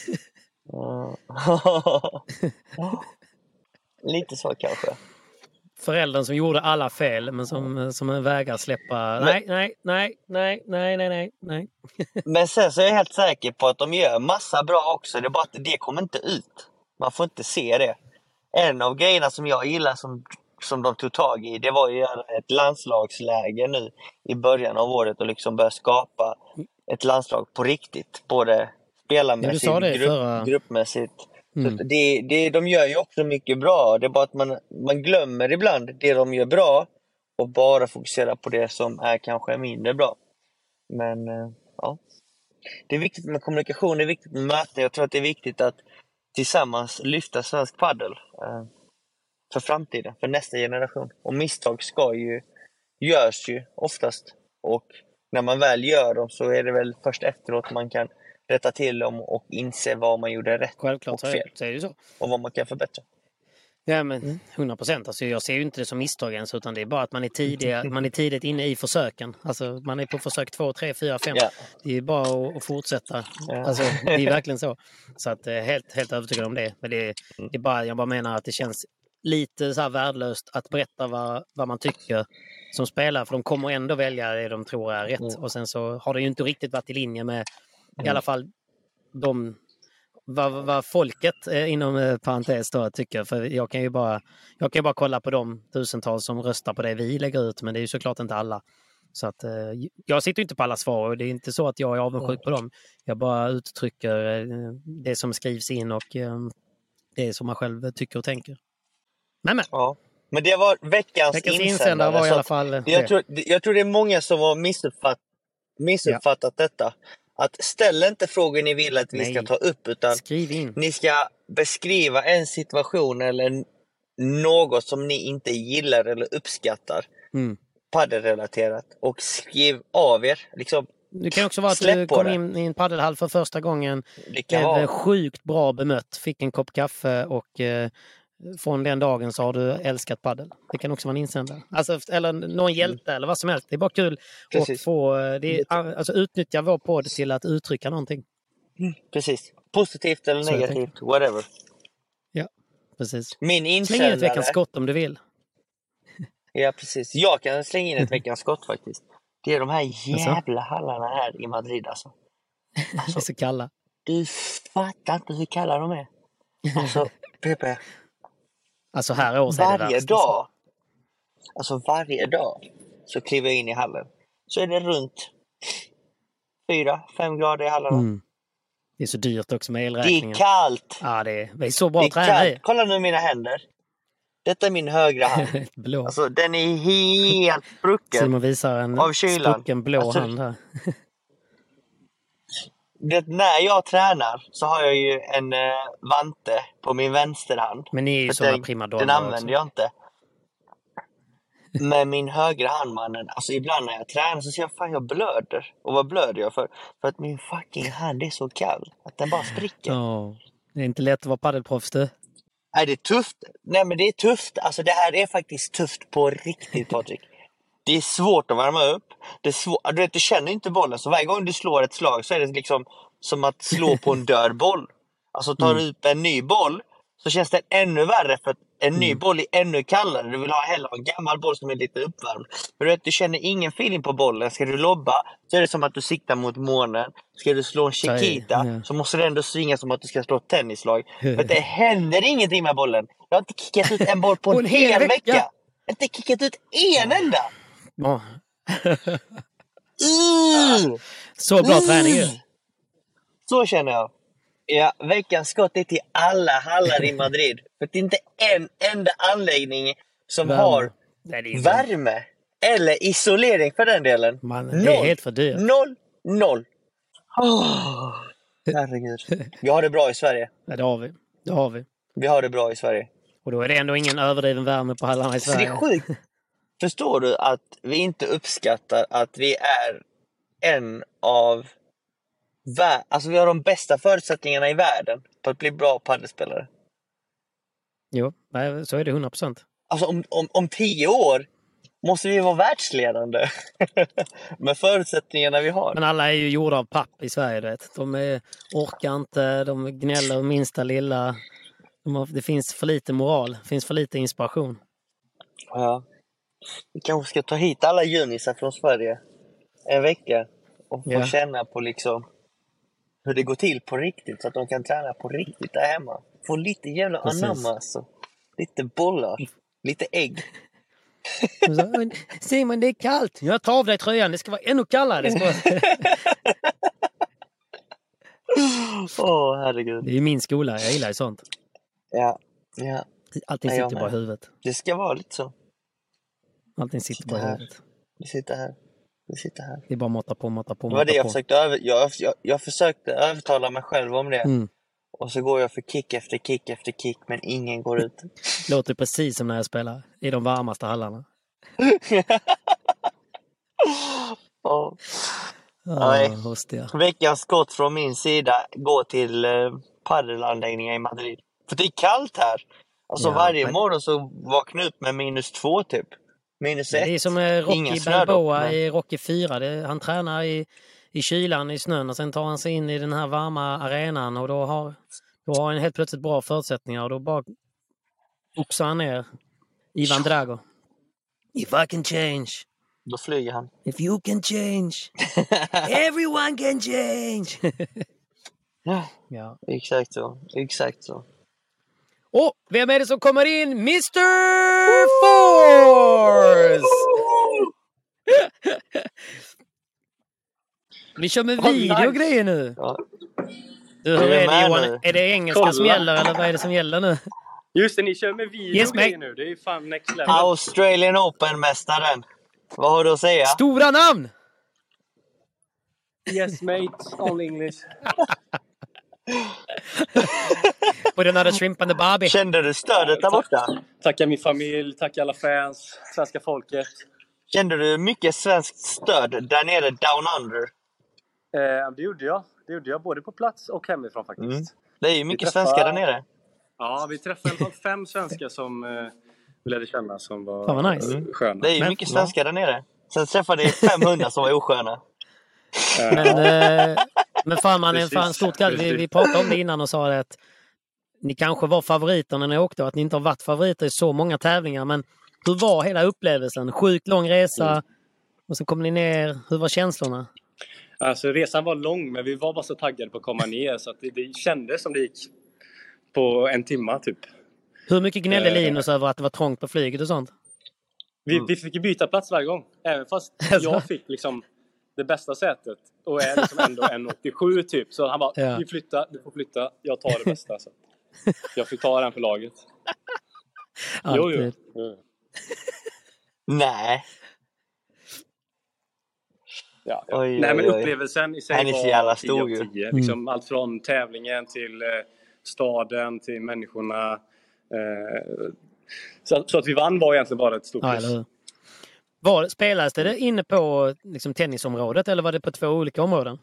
Lite så kanske. Föräldern som gjorde alla fel men som, som vägrar släppa. Nej, nej, nej, nej, nej, nej, nej, nej. Men sen så är jag helt säker på att de gör massa bra också. Det är bara att det kommer inte ut. Man får inte se det. En av grejerna som jag gillar som, som de tog tag i, det var ju ett landslagsläge nu i början av året och liksom börja skapa ett landslag på riktigt. Både spelarmässigt, ja, grupp, förra... gruppmässigt. Mm. Så det, det, de gör ju också mycket bra. Det är bara att man, man glömmer ibland det de gör bra och bara fokuserar på det som är kanske mindre bra. Men ja, det är viktigt med kommunikation, det är viktigt med möten. Jag tror att det är viktigt att tillsammans lyfta svensk paddel eh, för framtiden, för nästa generation. Och misstag ska ju, görs ju oftast. Och när man väl gör dem så är det väl först efteråt man kan rätta till dem och inse vad man gjorde rätt. Självklart, och fel. Så är det så. Och vad man kan förbättra. Ja, men hundra procent. Alltså, jag ser ju inte det som misstag ens, utan det är bara att man är, tidiga, man är tidigt inne i försöken. Alltså, man är på försök två, tre, fyra, fem. Ja. Det är bara att, att fortsätta. Ja. Alltså, det är verkligen så. Så att, helt, helt övertygad om det. Men det, det är bara, jag bara menar att det känns lite så här värdelöst att berätta vad, vad man tycker som spelare. För de kommer ändå välja det de tror är rätt. Mm. Och sen så har det ju inte riktigt varit i linje med i alla fall de vad, vad folket eh, inom eh, parentes då tycker. För jag kan ju bara, jag kan ju bara kolla på de tusentals som röstar på det vi lägger ut, men det är ju såklart inte alla. Så att eh, jag sitter inte på alla svar och det är inte så att jag är avundsjuk på dem. Jag bara uttrycker eh, det som skrivs in och eh, det som man själv tycker och tänker. Men men. Ja. Men det var veckans, veckans insändare. insändare var i alla fall jag, tror, jag tror det är många som har missuppfatt, missuppfattat ja. detta. Att ställ inte frågor ni vill att vi Nej. ska ta upp, utan skriv in. Ni ska beskriva en situation eller något som ni inte gillar eller uppskattar. Mm. Paddelrelaterat. Och skriv av er. Liksom, det kan också vara att du kom in i en paddelhall för första gången. Det kan blev vara. sjukt bra bemött. Fick en kopp kaffe och eh, från den dagen så har du älskat paddel. Det kan också vara en insändare. Alltså, eller någon hjälte mm. eller vad som helst. Det är bara kul Precis. att få det är, alltså, utnyttja vår podd till att uttrycka någonting. Mm. Precis. Positivt eller så negativt. Whatever. Ja, precis. Min insändare... Släng in ett veckans skott om du vill. Ja, precis. Jag kan slänga in ett veckans skott faktiskt. Det är de här jävla hallarna här i Madrid alltså. alltså det är så kalla. Du fattar inte hur kalla de är. Alltså, Pepe. Alltså här års är det varje värst, dag. Alltså varje dag så kliver jag in i hallen. Så är det runt fyra, fem grader i hallen. Mm. Det är så dyrt också med elräkningen. Det är kallt. Ja, det är, det är så bra att träna i. Kolla nu mina händer. Detta är min högra hand. blå. Alltså den är helt sprucken. Simon visar en av kylan. Sprucken blå alltså, hand här. det, när jag tränar så har jag ju en eh, vante på min vänsterhand. Men ni är ju sådana primadonner. Den använder också. Jag inte. Med min högra hand, mannen. Alltså ibland när jag tränar så ser jag fan jag blöder. Och vad blöder jag för? För att min fucking hand är så kall. Att den bara spricker. Oh, det är inte lätt att vara paddelproffs du. Nej, det är tufft. Nej, men det är tufft. Alltså det här är faktiskt tufft på riktigt, Patrik. Det är svårt att värma upp. Det är svårt. Du vet, du känner inte bollen. Så varje gång du slår ett slag så är det liksom som att slå på en död boll. Alltså tar du mm. upp en ny boll så känns det ännu värre för att en ny mm. boll är ännu kallare. Du vill ha hellre en gammal boll som är lite uppvärmd. Men du vet, du känner ingen feeling på bollen. Ska du lobba så är det som att du siktar mot månen. Ska du slå en chiquita ja. så måste det ändå svinga som att du ska slå ett tennislag. För det händer ingenting med bollen. Jag har inte kickat ut en boll på en, en hel, hel vecka. vecka. Jag har inte kickat ut en enda. Ja. mm. Så bra mm. träning ju. Så känner jag. Ja, veckans skott är till alla hallar i Madrid. För det är inte en enda anläggning som värme. har Nej, värme. Eller isolering för den delen. Man, det noll. är helt för dyrt. Noll, noll. Oh, herregud. Vi har det bra i Sverige. Ja, det har vi. Det har vi. Vi har det bra i Sverige. Och då är det ändå ingen överdriven värme på hallarna i Sverige. Så det är sjukt. Förstår du att vi inte uppskattar att vi är en av... Vär- alltså vi har de bästa förutsättningarna i världen på att bli bra paddelspelare. Jo, så är det hundra procent. Alltså om, om, om tio år måste vi vara världsledande med förutsättningarna vi har. Men alla är ju gjorda av papp i Sverige, du vet. De är, orkar inte, de gnäller minsta lilla. De har, det finns för lite moral, det finns för lite inspiration. Ja. Vi kanske ska ta hit alla junisar från Sverige en vecka och få ja. känna på liksom hur det går till på riktigt så att de kan träna på riktigt där hemma. Få lite jävla anamma alltså. Lite bollar, lite ägg. Simon, det är kallt. Jag tar av dig tröjan, det ska vara ännu kallare. Det ska vara... Åh, oh, herregud. Det är ju min skola, jag gillar ju sånt. Ja, ja. Allting sitter bara i huvudet. Det ska vara lite så. Allting sitter, sitter bara i huvudet. Det sitter här. Det sitter här. Det är bara måtta på, måtta på, det var det jag på. försökte över... jag, jag, jag försökte övertala mig själv om det. Mm. Och så går jag för kick efter kick efter kick, men ingen går ut. Låter precis som när jag spelar i de varmaste hallarna. oh. Oh, hostia. Veckans skott från min sida går till eh, paddelanläggningar i Madrid. För det är kallt här. Alltså ja, varje men... morgon så vaknar upp med minus två typ. Minus ett. Det är som Rocky Balboa men... i Rocky fyra. Det, han tränar i, i kylan i snön och sen tar han sig in i den här varma arenan och då har, då har han helt plötsligt bra förutsättningar och då bara oxar han ner Ivan Drago. If I can change. Då flyger han. If you can change. Everyone can change. Ja. Exakt så. Exakt så. Och vem är det som kommer in? mister Force! Vi kör med video och grejer nu. Ja. Du, hur är det, Johan? Är det engelska Kolla. som gäller eller vad är det som gäller nu? Just det, ni kör med video yes, och grejer nu. Det är ju fan next level. Australian Open-mästaren. Vad har du att säga? Stora namn! Yes, mate. All English. Put another shrimp on the barbie. Kände du stödet där borta? Tacka min familj, tacka alla fans, svenska folket. Kände du mycket svenskt stöd där nere down under? Eh, det gjorde jag. Det gjorde jag både på plats och hemifrån faktiskt. Mm. Det är ju mycket träffade... svenskar där nere. Ja, vi träffade i alla fall fem svenskar som eh, vi lärde känna som var, Fan, vad nice. mm. sköna. Det är ju Men, mycket svenskar ja. där nere. Sen träffade jag femhundra som var osköna. Men, eh, men fan man är en fan stort galt. Vi, vi pratade om det innan och sa att ni kanske var favoriter när ni åkte och att ni inte har varit favoriter i så många tävlingar. Men hur var hela upplevelsen? Sjukt lång resa mm. och så kom ni ner. Hur var känslorna? Alltså resan var lång men vi var bara så taggade på att komma ner så att det, det kändes som det gick på en timma typ. Hur mycket gnällde Linus över att det var trångt på flyget och sånt? Vi, mm. vi fick ju byta plats varje gång. Även fast jag fick liksom det bästa sätet och är liksom ändå en åttiosju typ. Så han bara, ja. du, flytta, du får flytta, jag tar det bästa. Så. Jag fick ta den för laget. Jo, jo. jo. Nej. Ja. Oj, Nej, men upplevelsen i sig var tio av tio. Liksom, mm. Allt från tävlingen till eh, staden, till människorna. Eh, så, så att vi vann var egentligen bara ett stort ja, plus. Var, spelades det inne på liksom, tennisområdet eller var det på två olika områden?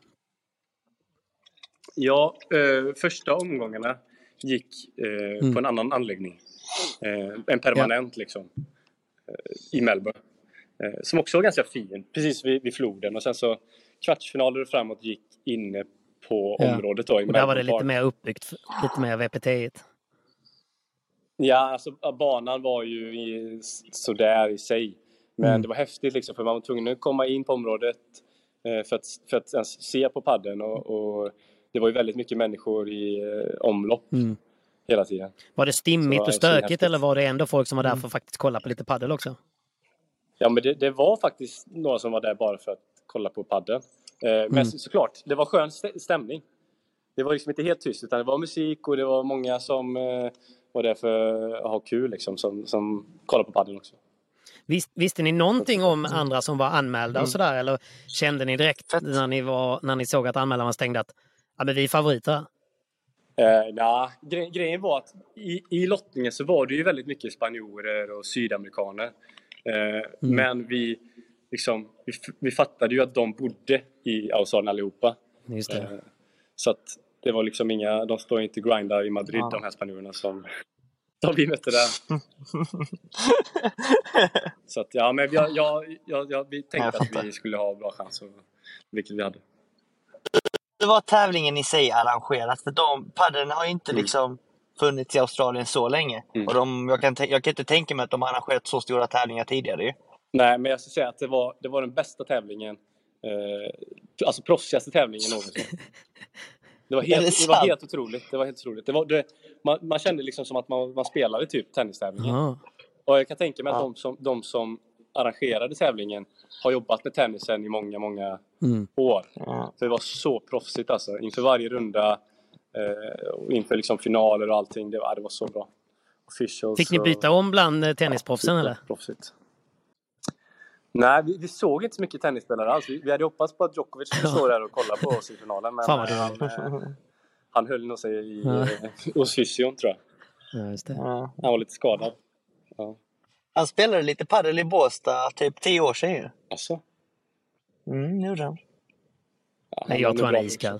Ja, eh, första omgångarna gick eh, mm. på en annan anläggning. Eh, en permanent ja. liksom. Eh, I Melbourne. Eh, som också var ganska fin. Precis vid, vid floden. Och sen så kvartsfinaler och framåt gick inne på ja. området. Då, i och där var det lite mer uppbyggt. Lite mer V P T-igt. Ja, alltså banan var ju i, sådär i sig. Men mm. det var häftigt liksom, för man var tvungen att komma in på området eh, för, att, för att ens se på padden. Och, och det var ju väldigt mycket människor i eh, omlopp mm. hela tiden. Var det stimmigt var och stökigt eller var det ändå folk som var där för att faktiskt kolla på lite paddel också? Ja, men det, det var faktiskt några som var där bara för att kolla på padden. Eh, mm. Men såklart, det var skön stämning. Det var liksom inte helt tyst utan det var musik och det var många som eh, var där för att ha kul liksom, som, som kollade på padden också. Visst, visste ni någonting om andra som var anmälda och sådär? Eller kände ni direkt när ni, var, när ni såg att anmälan var stängd att ja, men vi är favoriter? Eh, ja, gre- grejen var att i, i lottningen så var det ju väldigt mycket spanjorer och sydamerikaner. Eh, mm. Men vi, liksom, vi, vi fattade ju att de bodde i Australien allihopa. Just det. Eh, så att det var liksom inga, de står inte grindar i Madrid ja. de här spanjorerna som... Då vi mötte där. Så att ja, men jag, jag, jag, jag vi tänkte jag att vi skulle ha bra chans och, vilket vi hade. Det var tävlingen i sig arrangerat för de padden har ju inte mm. liksom funnits i Australien så länge mm. och de, jag, kan, jag kan inte tänka mig att de har arrangerat så stora tävlingar tidigare ju. Nej, men jag ska säga att det var, det var den bästa tävlingen eh, alltså proffsigaste tävlingen någonsin. Det var helt, det, det var helt otroligt. Det var helt otroligt. Det var, det, man, man kände liksom som att man, man spelade typ tennistävlingen. Ja. Och jag kan tänka mig att ja. de, som, de som arrangerade tävlingen har jobbat med tennisen i många, många mm. år. Ja. För det var så proffsigt alltså. Inför varje runda eh, och inför liksom finaler och allting. Det var, det var så bra. Officials Fick ni byta om bland tennisproffsen ja, eller? Proffsigt. Nej, vi, vi såg inte så mycket tennisspelare alls. Vi, vi hade hoppats på att Djokovic skulle stå där och kolla på oss i finalen. Men Fan vad han, eh, han höll nog sig i, ja. hos fysion, tror jag. Ja, just det. Ja. Han var lite skadad. Ja. Han spelade lite paddel i Båstad typ tio år sedan ju. Alltså? Mm, gjorde han. Ja, han Nej, jag tror han är iskall.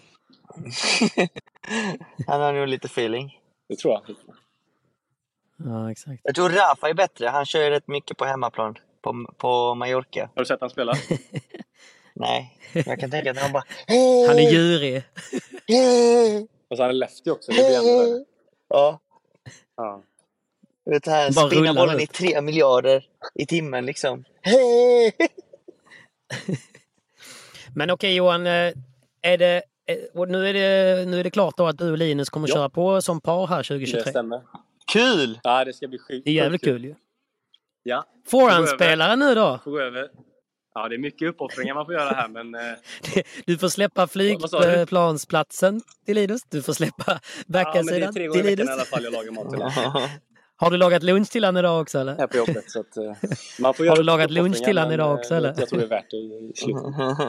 Han har nog lite feeling. Det tror jag. Ja, exakt. Jag tror Rafa är bättre. Han kör rätt mycket på hemmaplan. På, på Mallorca. Har du sett han spela? Nej, jag kan tänka att han bara... Han är djurig. Och så han är lefty också. Det blir ändå där. Ja. Ja. Vet här, spinna bollen i tre miljarder i timmen liksom. Men okej Johan, är det Och nu är det, nu är det klart då att du och Linus kommer ja. köra på som par här tjugohundratjugotre. Det stämmer. Kul! Ja, det ska bli skit. Det är jävligt kul ju. Ja. Forehandspelare nu då? Får gå över. Ja, det är mycket uppoffringar man får göra här, men... Du får släppa flygplansplatsen till Linus. Du får släppa backhand-sidan ja, till Linus. Ja, men det är tre gånger i veckan i alla fall jag lagar mat till. Har du lagat lunch till han idag också, eller? Här på jobbet, så att... Man får Har du lagat lunch till han idag också, eller? Jag tror det är värt det i slutet.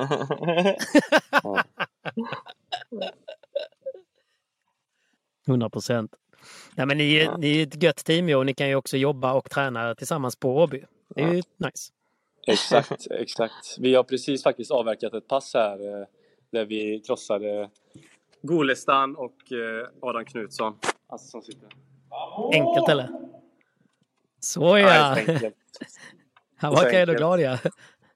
hundra procent. Nej, men ni, ja. ni är ett gött team ju, och ni kan ju också jobba och träna tillsammans på Åby. Det är ja. ju nice. Exakt, exakt. Vi har precis faktiskt avverkat ett pass här där vi krossade Golestan och Adam Knutsson. Alltså som sitter. Enkelt eller? Så ja. Nej, Han var kan ändå glad ja.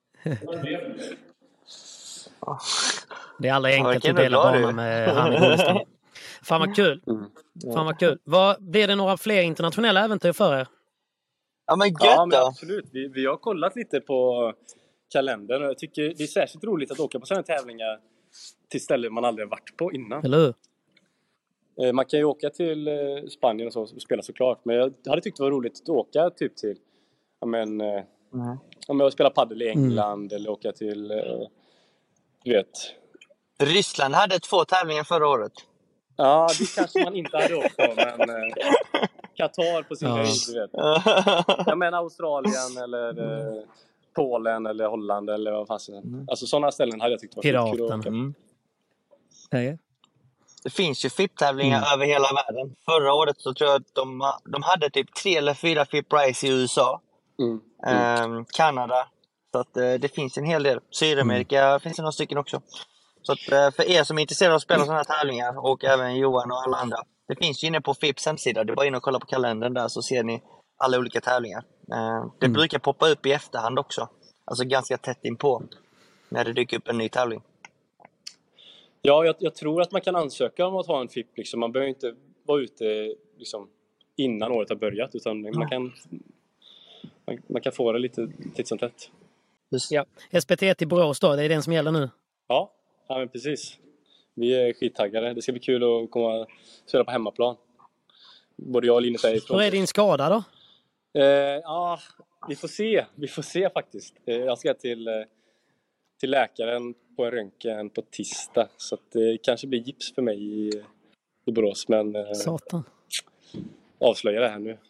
Det är aldrig enkelt att dela banan med han i Golestan. Fan vad kul. Fan vad kul. Vad, blir det några fler internationella äventyr för er? Ja men gött ja, men då. Absolut. Vi, vi har kollat lite på kalendern och jag tycker det är särskilt roligt att åka på sådana tävlingar till ställen man aldrig har varit på innan. Eller hur? Man kan ju åka till Spanien och så och spela såklart, men jag hade tyckt det var roligt att åka typ till ja men mm. om jag spelar paddel i England mm. eller åka till du vet. Ryssland hade två tävlingar förra året. Ja, det kanske man inte hade åkt på, men Qatar på sin höjd, du vet. Jag menar Australien eller eh, Polen eller Holland eller vad fan mm. Alltså sådana ställen hade jag tyckt var kul att åka. Mm. Ja. Det finns ju F I P-tävlingar mm. över hela världen. Förra året så tror jag att de, de hade typ tre eller fyra F I P-Race i U S A. Mm. Mm. Eh, Kanada. Så att eh, det finns en hel del. Sydamerika mm. finns det några stycken också. Så att eh, för er som är intresserade av att spela sådana här tävlingar, och även Johan och alla andra. Det finns ju inne på F I Ps hemsida. Det är bara in och kolla på kalendern där så ser ni alla olika tävlingar. Eh, det mm. brukar poppa upp i efterhand också. Alltså ganska tätt inpå när det dyker upp en ny tävling. Ja, jag, jag tror att man kan ansöka om att ha en F I P. Liksom. Man behöver inte vara ute liksom, innan året har börjat. Utan mm. man, kan, man, man kan få det lite titt som tätt. Ja. S P T till Borås då, det är den som gäller nu? Ja, ja men precis. Vi är skittaggade. Det ska bli kul att komma och spela på hemmaplan. Både jag och Linus är ifrån. Hur är din skada då? Eh, ja, vi får se. Vi får se faktiskt. Eh, jag ska till, eh, till läkaren på en röntgen på tisdag. Så att det kanske blir gips för mig i, i Borås. Men eh, Satan. avslöja det här nu.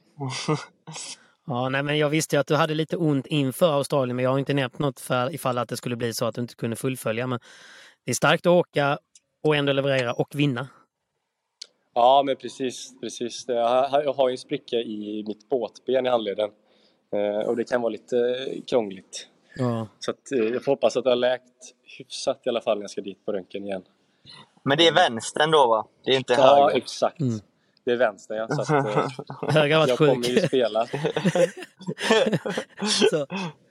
Ja, nej, men jag visste ju att du hade lite ont inför Australien, men jag har inte nämnt något för ifall att det skulle bli så att du inte kunde fullfölja. Men det är starkt att åka och ändå leverera och vinna. Ja, men precis. precis. Jag har ju en spricka i mitt båtben i handleden. Och det kan vara lite krångligt. Ja. Så att jag får hoppas att det har läkt hyfsat i alla fall när jag ska dit på röntgen igen. Men det är vänstern då va? Det är inte höger? Ja, exakt. Mm. Det är vänster, ja. Så att, höger har varit jag sjuk. kommer ju spela. Så.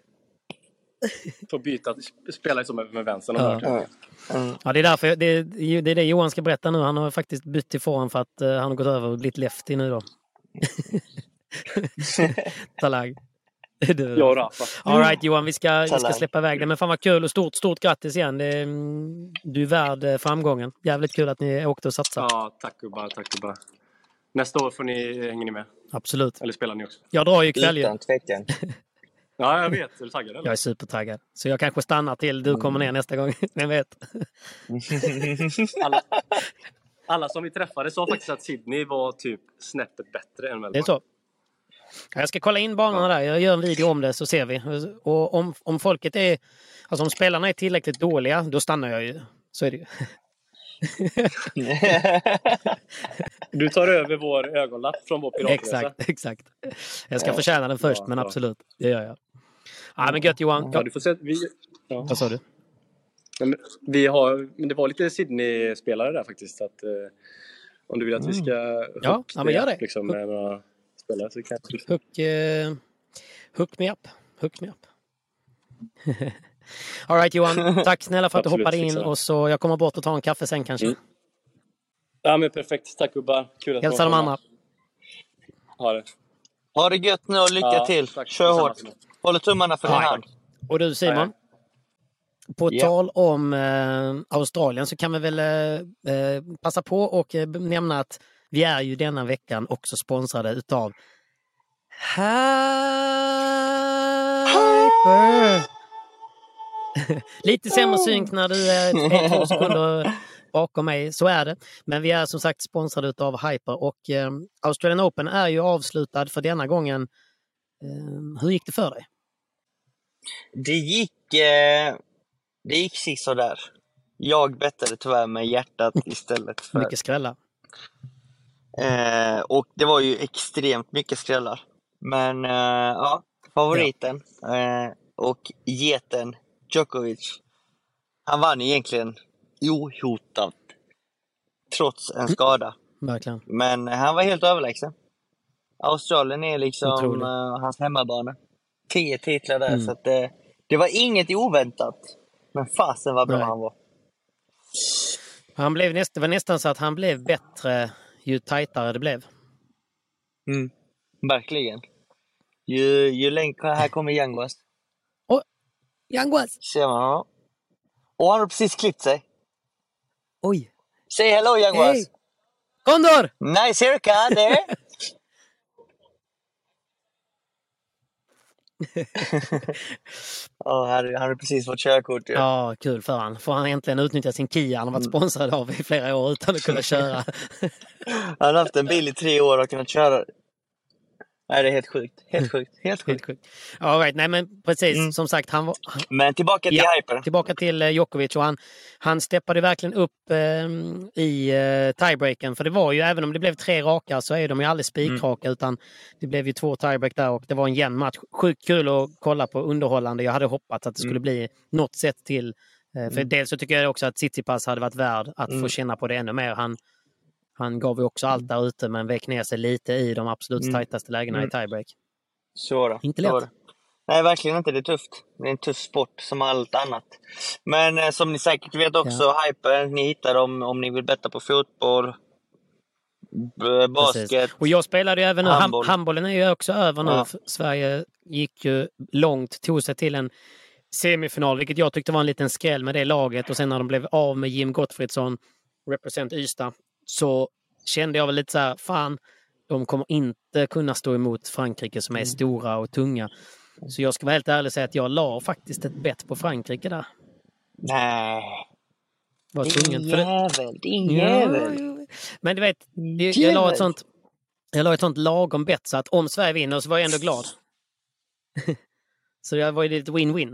Får byta, spela som med vänstern. Och ja. Mm. Ja, det är därför det, det är det Johan ska berätta nu. Han har faktiskt bytt till form för att uh, han har gått över och blivit lefty nu då. Talang. Ja, Rafa. All right, Johan, vi ska, vi ska släppa iväg det. Men fan vad kul och stort, stort grattis igen. Det, du är värd framgången. Jävligt kul att ni åkte och satsade. Ja, tack gubbar, tack gubbar. Nästa år får ni, hänger ni med. Absolut. Eller spelar ni också? Jag drar ju ikväll. Utan tvekan. Ja, jag vet. Är du taggad eller? Jag är supertaggad. Så jag kanske stannar till du kommer ner nästa gång. Vem vet? alla, alla som vi träffade sa faktiskt att Sydney var typ snäppet bättre än Melbourne. Det är så. Jag ska kolla in banorna där. Jag gör en video om det så ser vi. Och om, om folket är... Alltså om spelarna är tillräckligt dåliga, då stannar jag ju. Så är det ju. Du tar över vår ögonlapp från vår piratresa. Exakt, exakt. Jag ska ja. förtjäna den först, ja, men absolut. Det gör jag. Ja, men gött Johan. Ja, du får se. Vi, ja. Vad sa du? Men, vi har, men det var lite Sydney-spelare där faktiskt. Att, eh, om du vill att vi ska mm. ja, ja, men gör det. Liksom, med några spelare så kan jag... Hook, eh, hook me up. Hook me up. All right Johan, tack snälla för att absolut, du hoppade in fixar. Och så jag kommer bort och tar en kaffe sen kanske. Mm. Ja men perfekt, tack gubbar. Kul att hälsa de andra. Ha det. Ha det gött nu och lycka ja, till. Tack. Kör hårt. Håller tummarna för din hand. Och du Simon? på Ja. tal om eh, Australien så kan vi väl eh, passa på och eh, nämna att vi är ju denna veckan också sponsrade utav Hyper. Lite sämre synk när du är två sekunder bakom mig, så är det. Men vi är som sagt sponsrade utav Hyper och eh, Australian Open är ju avslutad för denna gången. Eh, hur gick det för dig? Det gick, eh, det gick så där. Jag bettade tyvärr med hjärtat istället för... Mycket skrällar. Eh, och det var ju extremt mycket skrällar. Men eh, ja, favoriten ja. Eh, och geten Djokovic, han vann egentligen ohotat trots en skada. Mm, verkligen. Men han var helt överlägsen. Australien är liksom uh, hans hemmabana. Tio titlar där, mm. så att det, det var inget oväntat. Men fasen var bra. Nej. Han var. Han blev näst, det var nästan så att han blev bättre ju tajtare det blev. Mm, verkligen. Ju, ju längre här kommer Yanguas. Oh, Yanguas! Ser man, ja. Och han har precis klippt sig. Oj. Say hello, Yanguas. Hey. Condor! Nice haircut there. oh, han har precis fått körkort. Ja. ja, kul för han. Får han äntligen utnyttja sin Kia han har varit sponsrad av i flera år utan att kunna köra. Han har haft en bil i tre år och kunnat köra. Nej, det är helt sjukt. Helt sjukt. Helt sjukt. Helt sjukt. Ja, right. Nej, men precis. Mm. Som sagt, han var... Han... Men tillbaka till ja, Hyper. Tillbaka till uh, Djokovic. Och han, han steppade verkligen upp uh, i uh, tiebreaken. För det var ju, även om det blev tre raka så är de ju aldrig spikraka. Mm. Utan det blev ju två tiebreak där och det var en jämn match. Sjukt kul att kolla på, underhållande. Jag hade hoppats att det skulle mm. bli något sätt till. Uh, för mm. dels så tycker jag också att Tsitsipas hade varit värd att mm. få känna på det ännu mer. Han... Han gav ju också allt där ute men väck ner sig lite i de absolut mm. tajtaste lägena mm. i tiebreak. Så då. Inte lätt. Så Nej, verkligen inte. Det är tufft. Det är en tuff sport som allt annat. Men eh, som ni säkert vet också, ja. Hyper, ni hittar dem om ni vill betta på fotboll, b- basket. Precis. Och jag spelade ju även nu. Handboll. Handbollen är ju också över nu. Ja. Sverige gick ju långt, tog sig till en semifinal, vilket jag tyckte var en liten skräll med det laget. Och sen när de blev av med Jim Gottfridsson, represent Ystad, så kände jag väl lite så här, fan, de kommer inte kunna stå emot Frankrike som är mm. stora och tunga. Så jag ska vara helt ärlig och säga att jag la faktiskt ett bett på Frankrike där. Nej. Var tvungen. Din jävel, din jävel. Men du vet, jag, jag la ett sånt jag la ett sånt lagom bett så att om Sverige vinner så var jag ändå glad. Så det var ju lite win-win.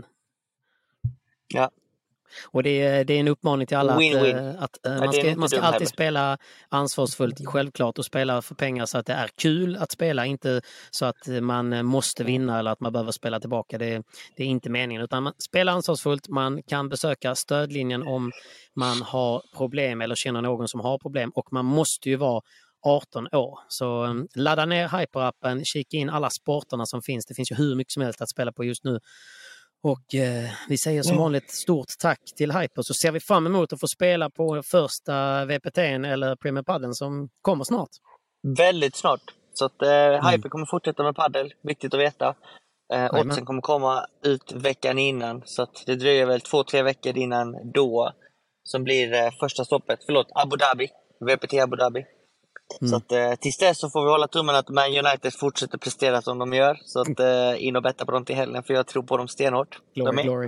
Ja. Och det är, det är en uppmaning till alla win, att, win. att, att man ska, man ska alltid heller. spela ansvarsfullt, självklart, och spela för pengar så att det är kul att spela, inte så att man måste vinna eller att man behöver spela tillbaka. Det, det är inte meningen, utan man spelar ansvarsfullt. Man kan besöka stödlinjen om man har problem eller känner någon som har problem, och man måste ju vara arton år. Så um, ladda ner Hyper-appen, kika in alla sporterna som finns. Det finns ju hur mycket som helst att spela på just nu. Och eh, vi säger som vanligt stort tack till Hyper, så ser vi fram emot att få spela på första V P T:n eller Premier Padden som kommer snart. Väldigt snart. Så att eh, mm. Hyper kommer fortsätta med paddel, viktigt att veta. Eh, oddsen kommer komma ut veckan innan, så att det dröjer väl två, tre veckor innan då som blir eh, första stoppet. Förlåt, Abu Dhabi, V P T Abu Dhabi. Mm. Så att eh, tills dess så får vi hålla tummen att Man United fortsätter prestera som de gör. Så att eh, in och betta på dem till helgen, för jag tror på dem stenhårt. Glory, glory.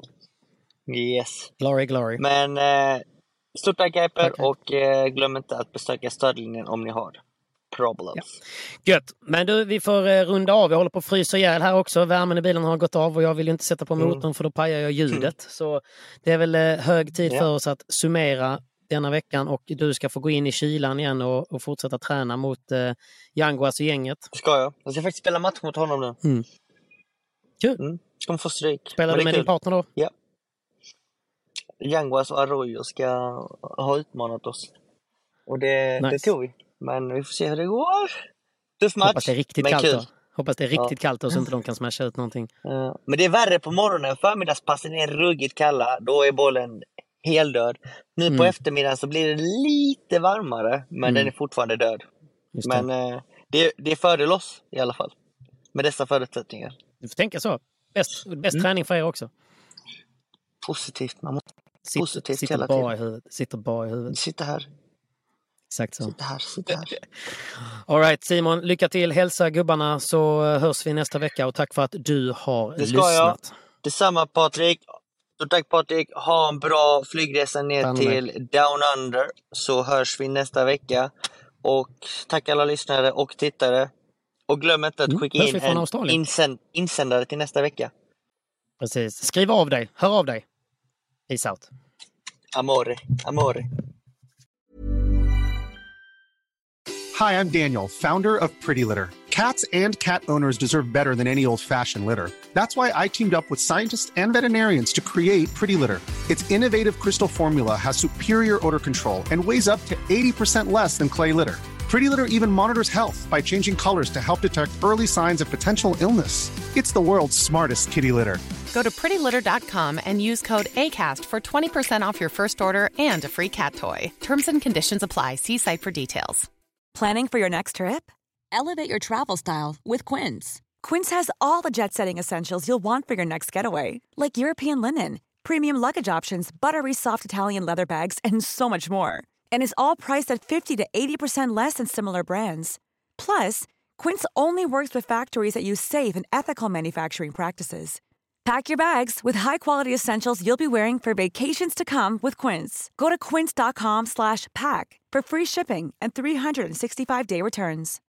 Yes. Glory, glory. Men eh, stort tack Hyper, okay. Och eh, glöm inte att besöka stödlinjen om ni har problems. Ja. Gött. Men du, vi får eh, runda av. Jag håller på att frysa ihjäl här också. Värmen i bilen har gått av och jag vill ju inte sätta på motorn mm. för då pajar jag ljudet. Mm. Så det är väl eh, hög tid ja. för oss att summera denna veckan, och du ska få gå in i kylan igen och, och fortsätta träna mot eh, Yanguas och gänget. Ska jag? Jag ska faktiskt spela match mot honom nu. Mm. Kul. Mm. Ska man få stryk. Spelar du med kul. din partner då? Ja. Yanguas och Arroyo ska ha utmanat oss. Och det, nice. det tog vi. Men vi får se hur det går. Tuff match. Hoppas det är riktigt kallt då. Hoppas det är riktigt ja. kallt då, så inte de kan smasha ut någonting. Uh, men det är värre på morgonen. Förmiddagspassen är ruggigt kalla. Då är bollen helt död. Nu mm. på eftermiddagen så blir det lite varmare, men mm. den är fortfarande död. Just men det. Eh, det, det är fördel oss i alla fall. Med dessa förutsättningar. Du får tänka så. Bäst, bäst mm. träning för er också. positivt. Man måste Sitter, positivt sitter hela bara tiden. i huvudet. Sitter bara i huvudet. Sitter här. Exakt så. Sitter här, sitter här. All right, Simon, lycka till. Hälsa gubbarna så hörs vi nästa vecka och tack för att du har Det ska lyssnat. jag. Detsamma Patrik. Så tack Patrik. Ha en bra flygresa ner Fan till Down Under så hörs vi nästa vecka. Och tack alla lyssnare och tittare. Och glöm inte att Mm, skicka hörs in vi från en Australien. insänd- insändare till nästa vecka. Precis. Skriv av dig. Hör av dig. Peace out. Amore. Amore. Hi, I'm Daniel, founder of Pretty Litter. Cats and cat owners deserve better than any old-fashioned litter. That's why I teamed up with scientists and veterinarians to create Pretty Litter. Its innovative crystal formula has superior odor control and weighs up to eighty percent less than clay litter. Pretty Litter even monitors health by changing colors to help detect early signs of potential illness. It's the world's smartest kitty litter. Go to pretty litter dot com and use code ACAST for twenty percent off your first order and a free cat toy. Terms and conditions apply. See site for details. Planning for your next trip? Elevate your travel style with Quince. Quince has all the jet-setting essentials you'll want for your next getaway, like European linen, premium luggage options, buttery soft Italian leather bags, and so much more. And is all priced at fifty to eighty percent less than similar brands. Plus, Quince only works with factories that use safe and ethical manufacturing practices. Pack your bags with high-quality essentials you'll be wearing for vacations to come with Quince. Go to quince dot com slash pack for free shipping and three hundred sixty-five day returns.